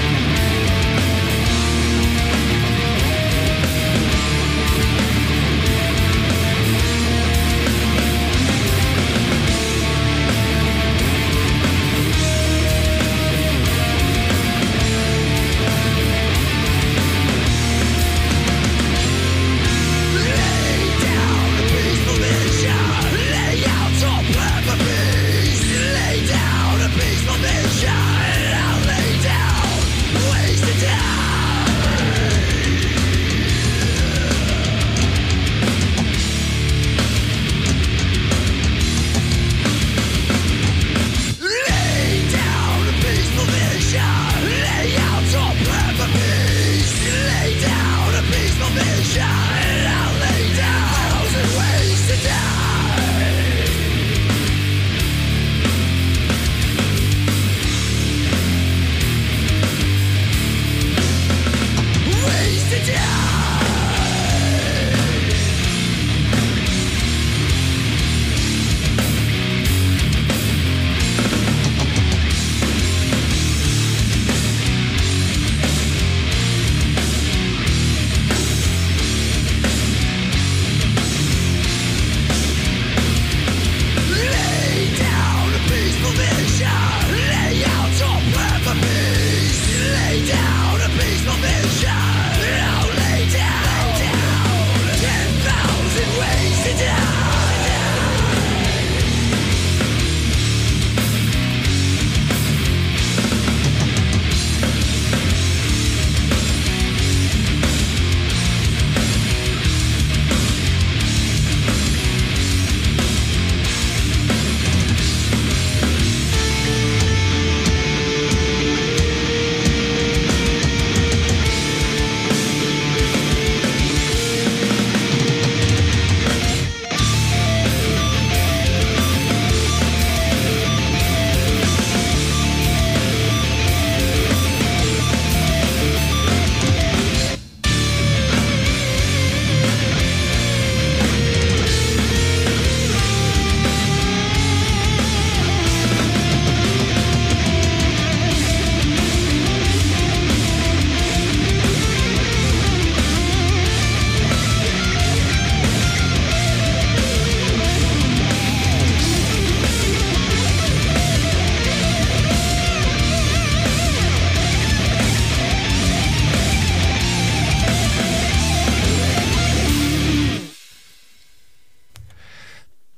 Thank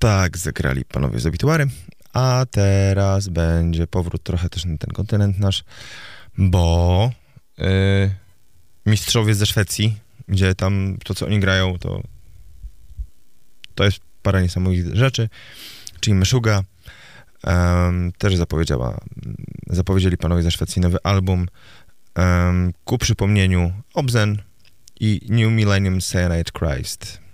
Tak zagrali panowie z Obituary, a teraz będzie powrót trochę też na ten kontynent nasz, bo yy, mistrzowie ze Szwecji, gdzie tam to, co oni grają, to to jest parę niesamowitych rzeczy, czyli Meshuggah um, też zapowiedziała, zapowiedzieli panowie ze Szwecji nowy album, um, ku przypomnieniu Obzen i New Millennium Cyanide Christ.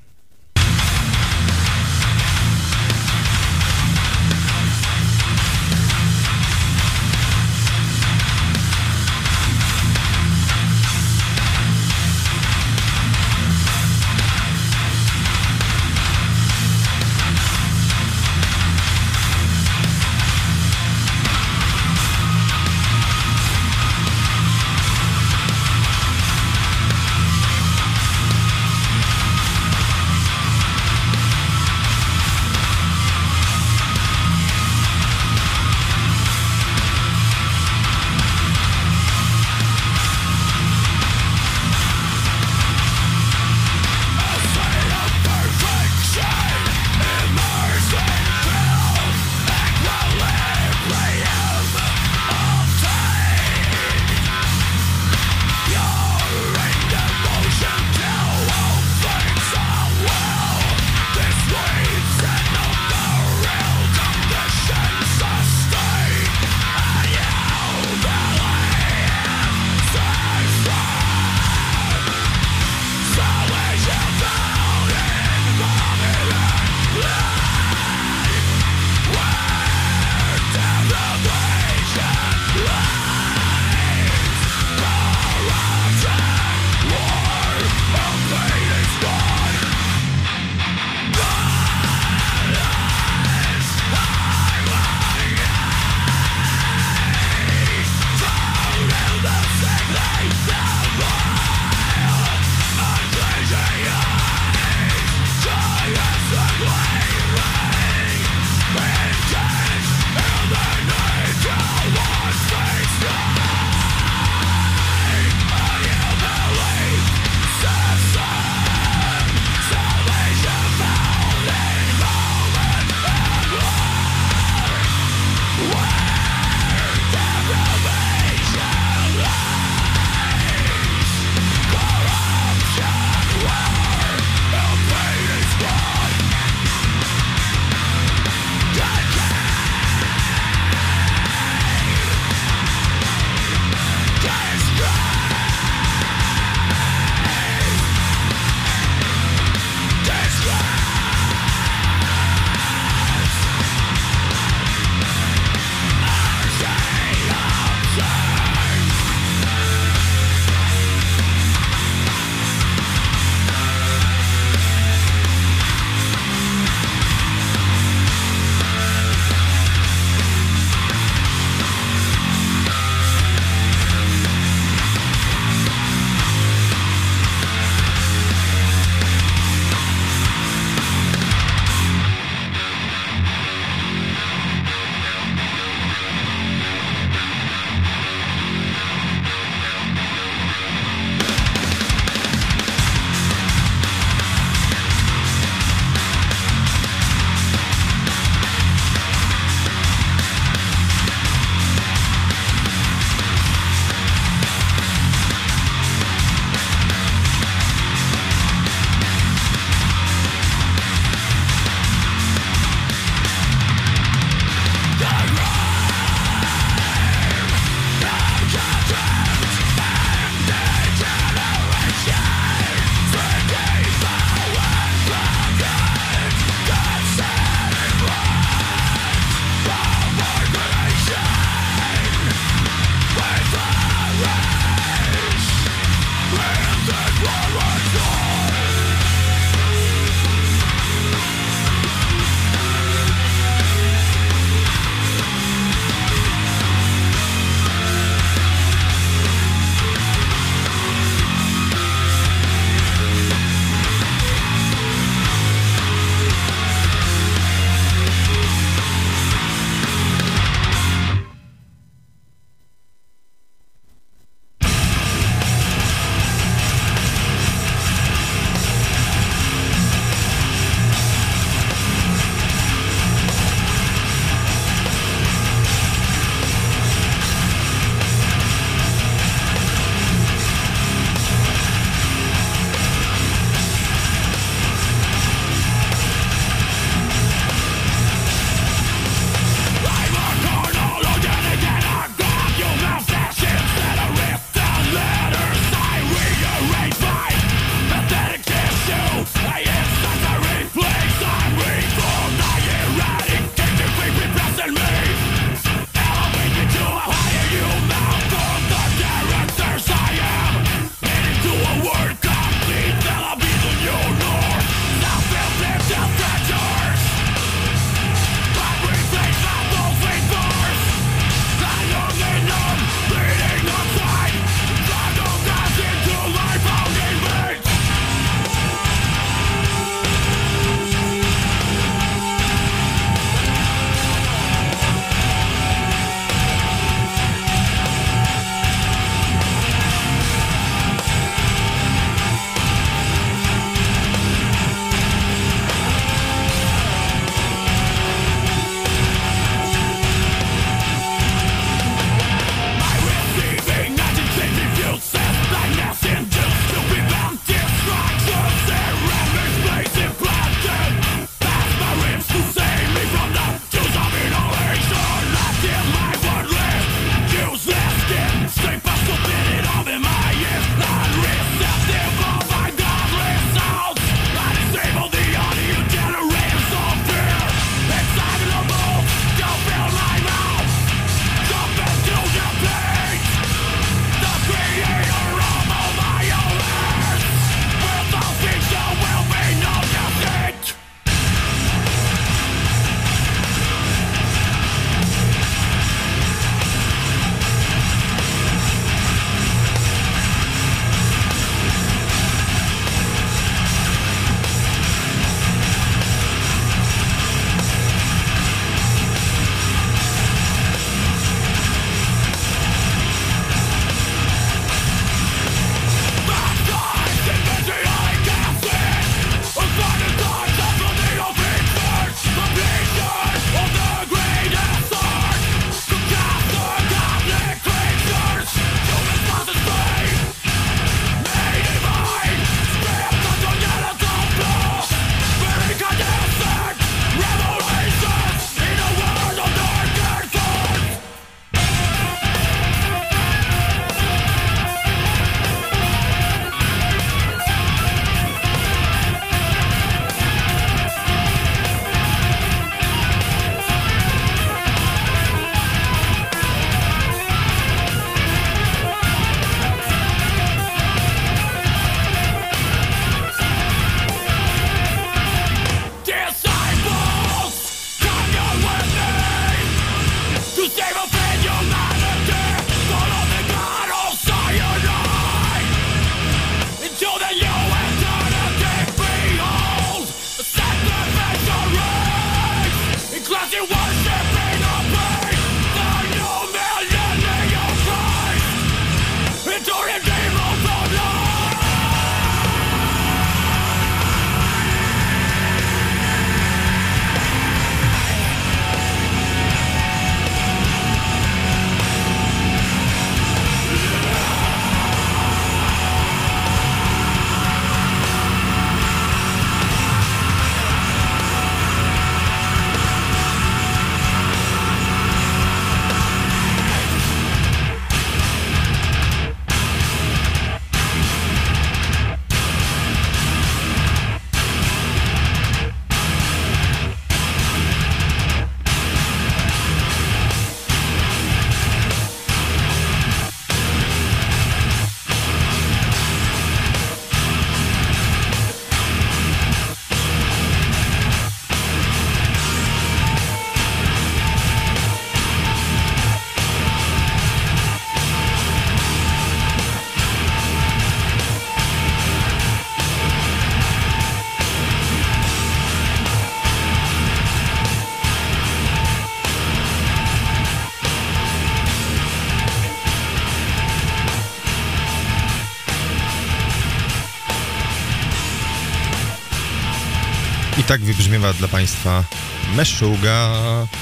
I tak wybrzmiewa dla Państwa Meshuggah.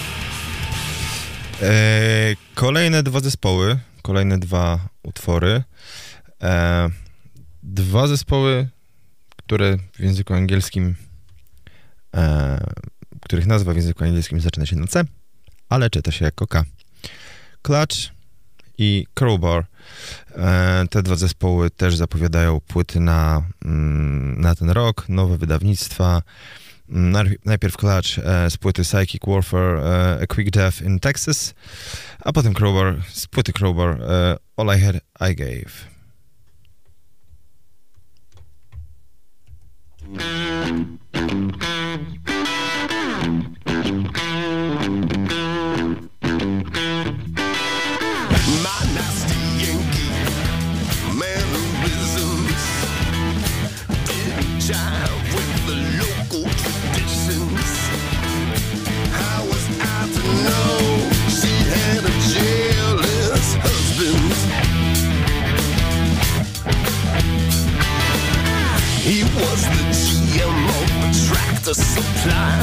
E, kolejne dwa zespoły, kolejne dwa utwory. E, dwa zespoły, które w języku angielskim, e, których nazwa w języku angielskim zaczyna się na C, ale czyta się jako K. Clutch i Crowbar. E, te dwa zespoły też zapowiadają płyty na, mm, na ten rok, nowe wydawnictwa. Najpierw Clutch e, z płyty Psychic Warfare, e, A Quick Death in Texas, a potem Crowbar z płyty Crowbar, e, All I Had I Gave. My nasty Yankee mannerisms didn't jive with the local traditions. How was I to know she had a jealous husband? He was the G M of the Tractor Supply,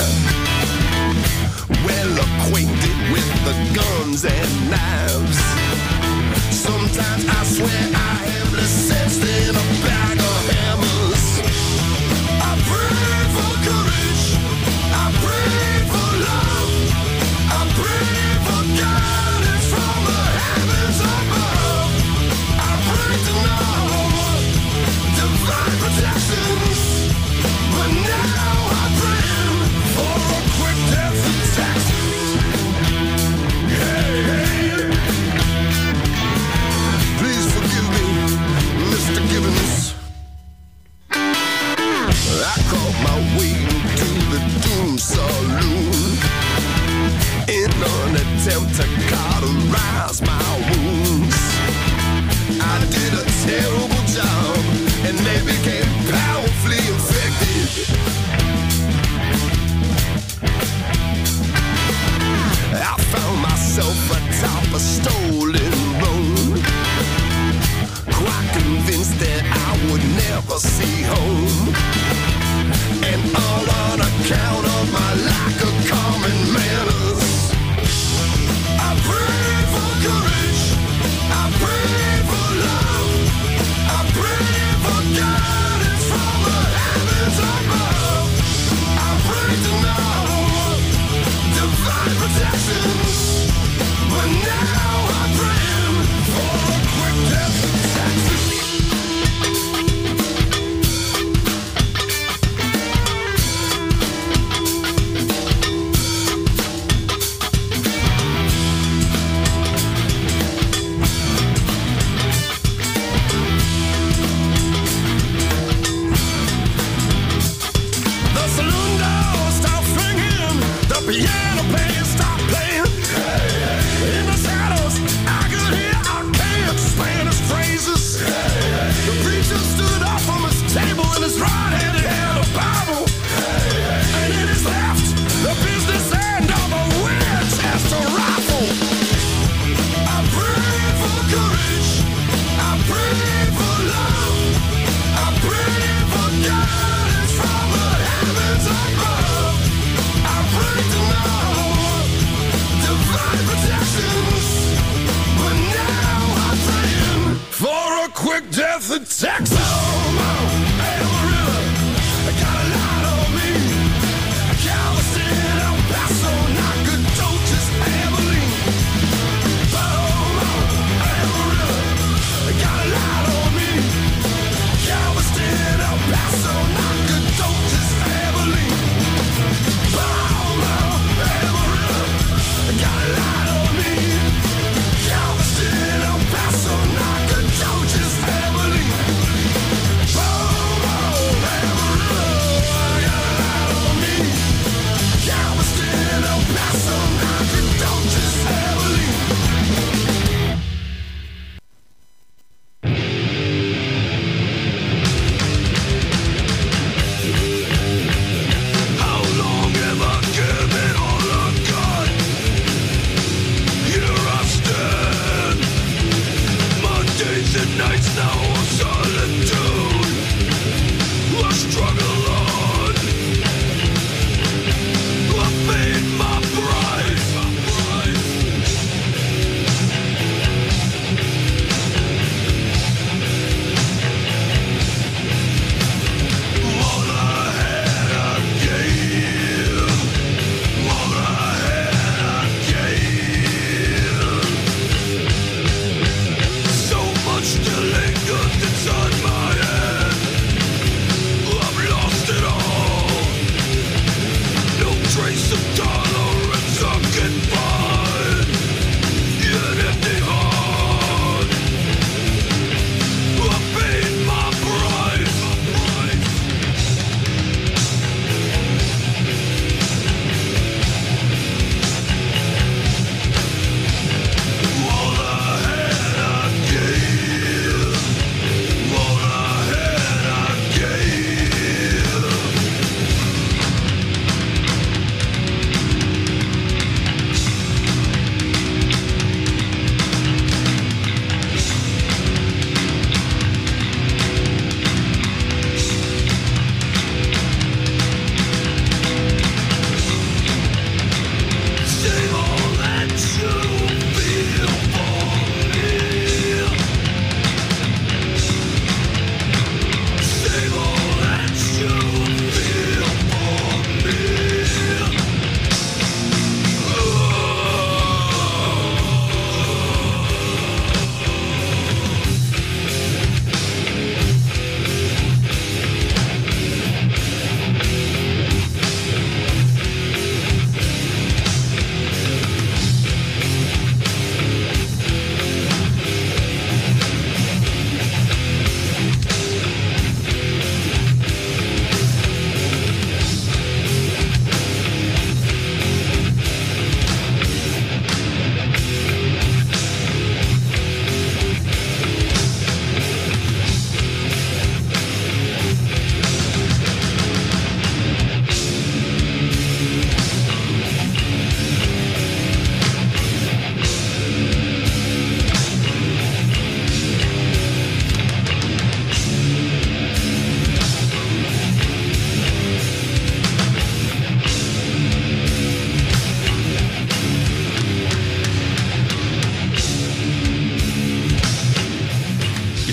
well acquainted with the guns and knives. Sometimes I swear I have less sense than a bag of hammers. I pray for courage, I pray for love, I pray for guidance from the heavens above. I pray to know divine protections, but now I'm praying for a quick death in Texas. Hey, hey, please forgive me.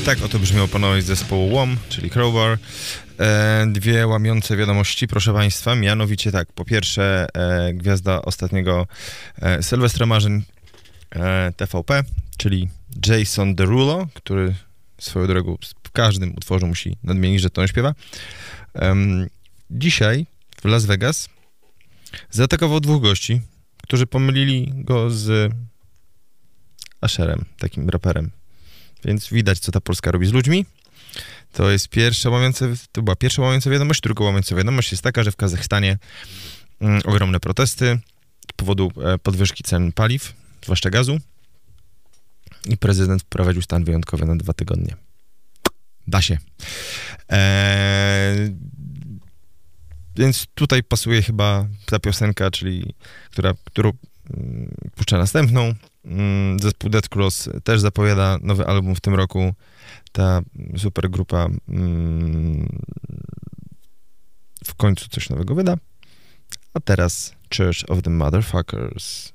tak oto brzmiał panowie z zespołu W O M, czyli Crowbar. E, dwie łamiące wiadomości, proszę państwa, mianowicie tak, po pierwsze e, gwiazda ostatniego e, Sylwestra Marzeń e, T V P, czyli Jason Derulo, który swoją drogą w każdym utworze musi nadmienić, że to on śpiewa. E, dzisiaj w Las Vegas zaatakował dwóch gości, którzy pomylili go z Asherem, takim raperem. Więc widać, co ta Polska robi z ludźmi. To jest pierwsza łamiąca, to była pierwsza łamiąca wiadomość. Druga łamiąca wiadomość jest taka, że w Kazachstanie mm, ogromne protesty z powodu e, podwyżki cen paliw, zwłaszcza gazu. I prezydent wprowadził stan wyjątkowy na dwa tygodnie. Da się. Eee, więc tutaj pasuje chyba ta piosenka, czyli która, którą mm, puszczę następną. Mm, zespół Dead Cross też zapowiada nowy album w tym roku. Ta super grupa mm, w końcu coś nowego wyda. A teraz Church of the Motherfuckers.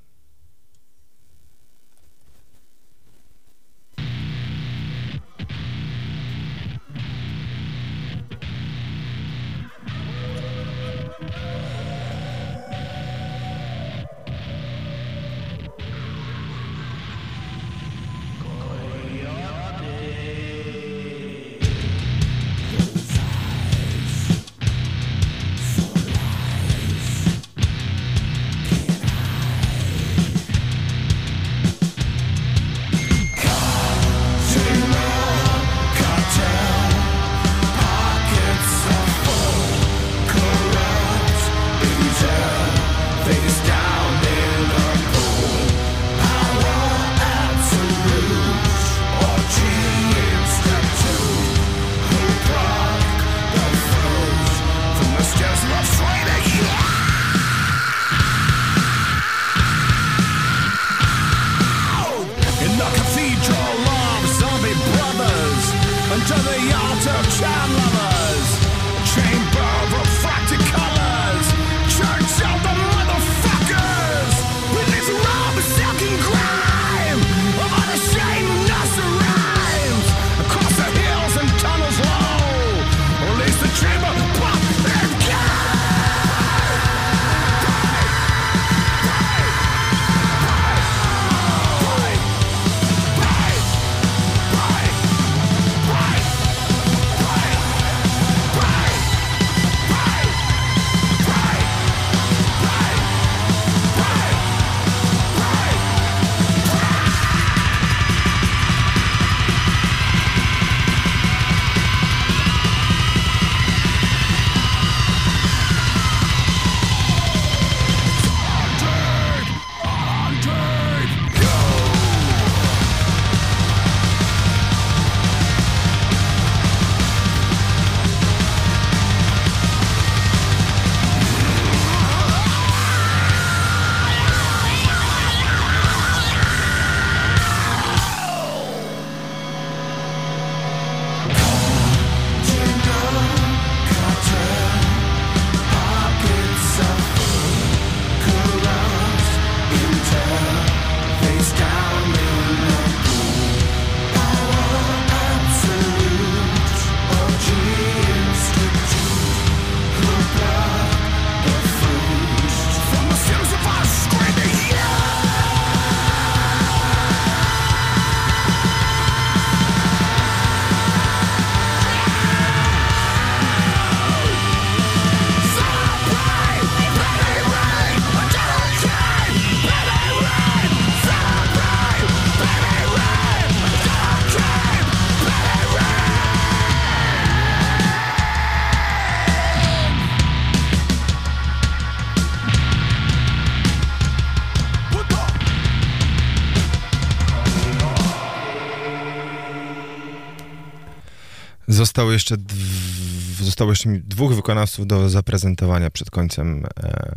Zostało jeszcze, dw- zostało jeszcze mi dwóch wykonawców do zaprezentowania przed końcem e,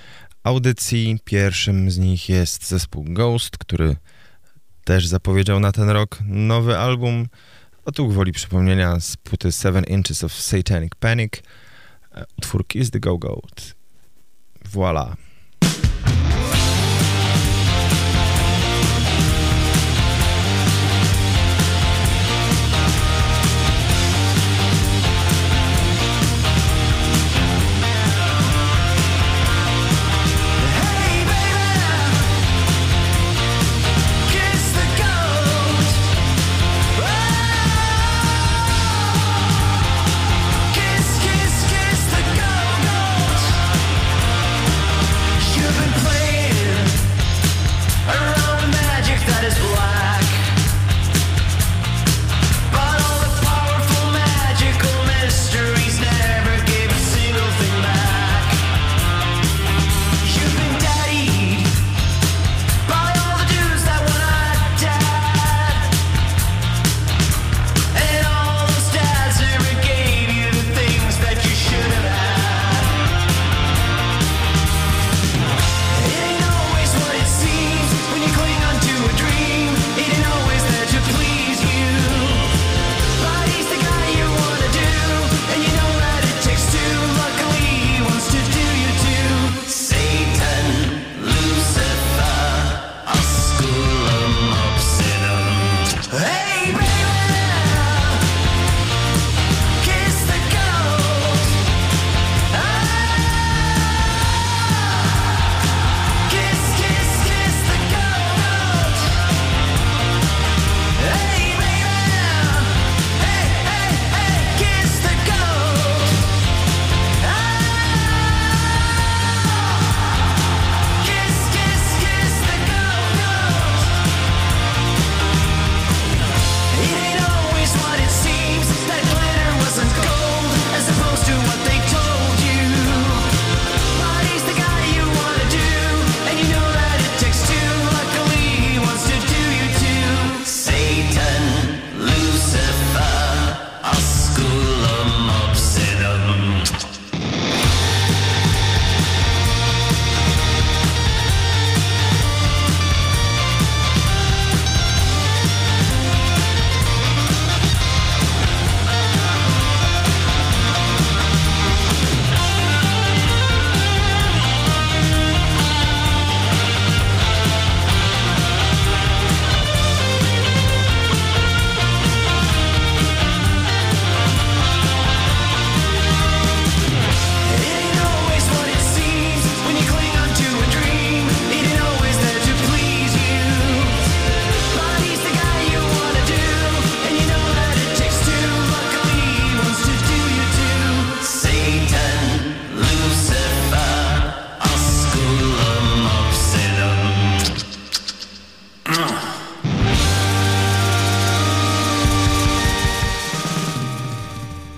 audycji. Pierwszym z nich jest zespół Ghost, który też zapowiedział na ten rok nowy album. A tu gwoli przypomnienia z płyty Seven Inches of Satanic Panic. E, utwór Kiss the Go-Goat. Voila.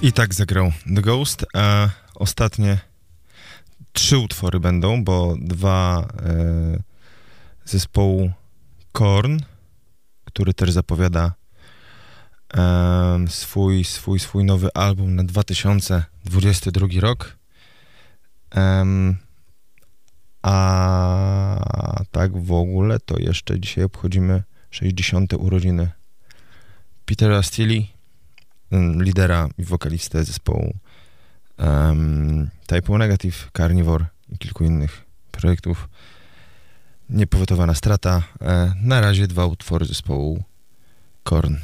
I tak zagrał The Ghost, a ostatnie trzy utwory będą, bo dwa e, zespołu Korn, który też zapowiada e, swój, swój, swój nowy album na dwa tysiące dwudziesty drugi rok. E, a tak w ogóle to jeszcze dzisiaj obchodzimy sześćdziesiąte urodziny Petera Steele, lidera i wokalistę zespołu um, Type O Negative, Carnivore i kilku innych projektów. Niepowetowana strata. E, na razie dwa utwory zespołu Korn.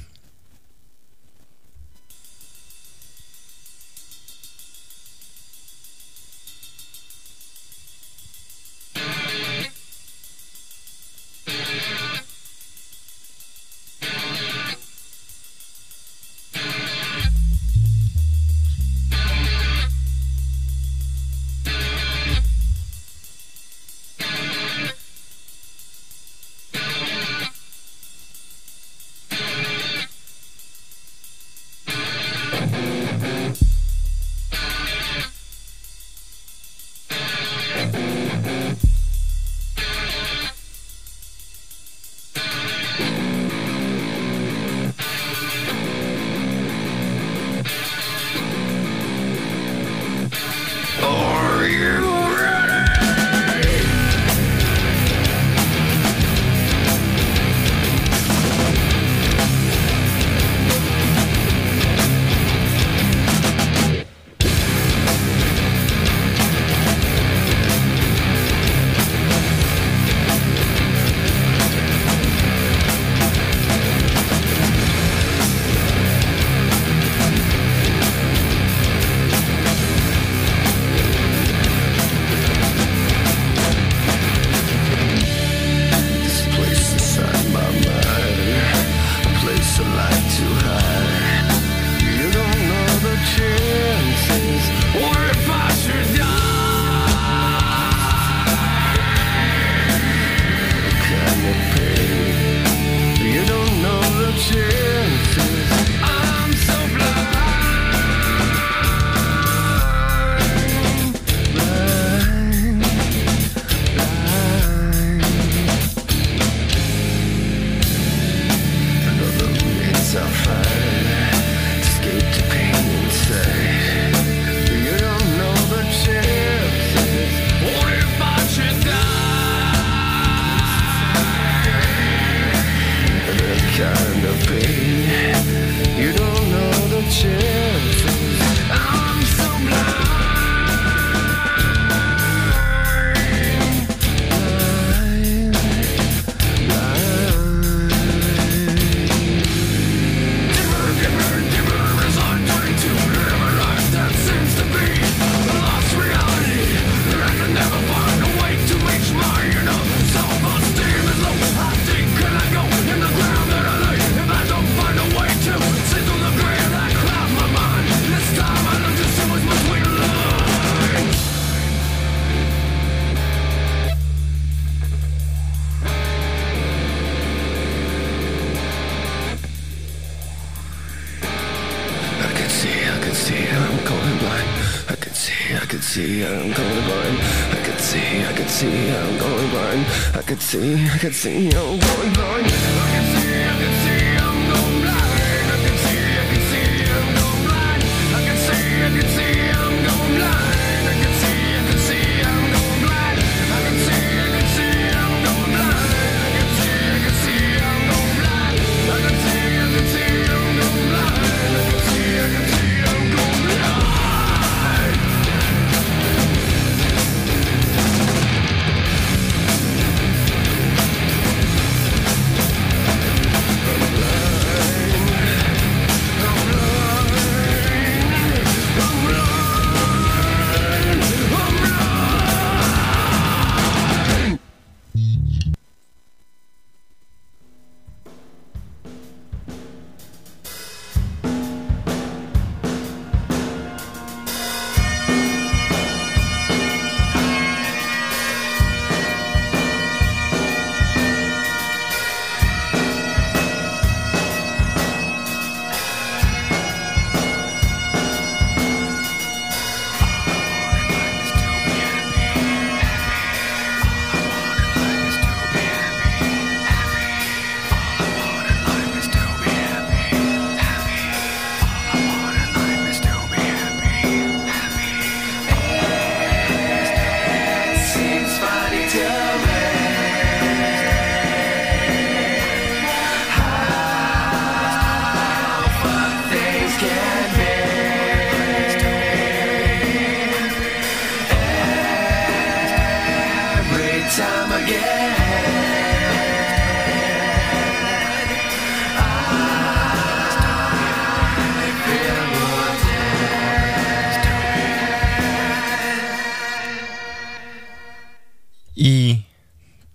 See, I can see I'm going blind. I can see, I can see I'm going blind. I can see, I can see I'm going blind. I can see, I can see I'm going blind. I can see, I can see I'm going blind. I can see, I can see I'm going blind. I can see, I can see I'm going blind. I can see, I can see I'm going blind. I can see, I can see I'm going blind.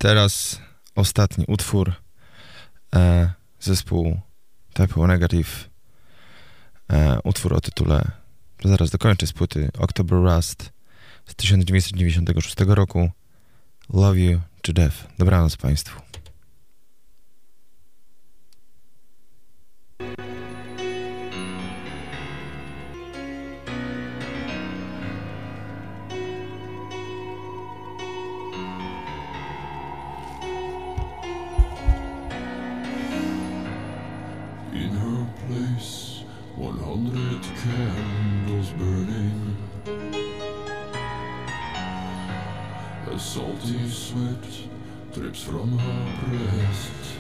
teraz ostatni utwór e, zespół Type O Negative. E, utwór o tytule, zaraz dokończę, z płyty October Rust z tysiąc dziewięćset dziewięćdziesiątego szóstego roku. Love You to Death. Dobranoc Państwu. In her place, one hundred candles burning. A salty sweat drips from her breast.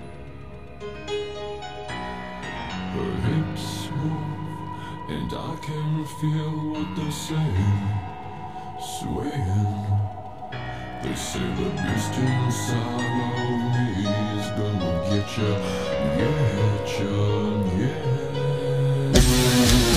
Her hips move, and I can feel what they're saying, swaying. They say the beast inside of me is gonna get ya, get ya, yeah.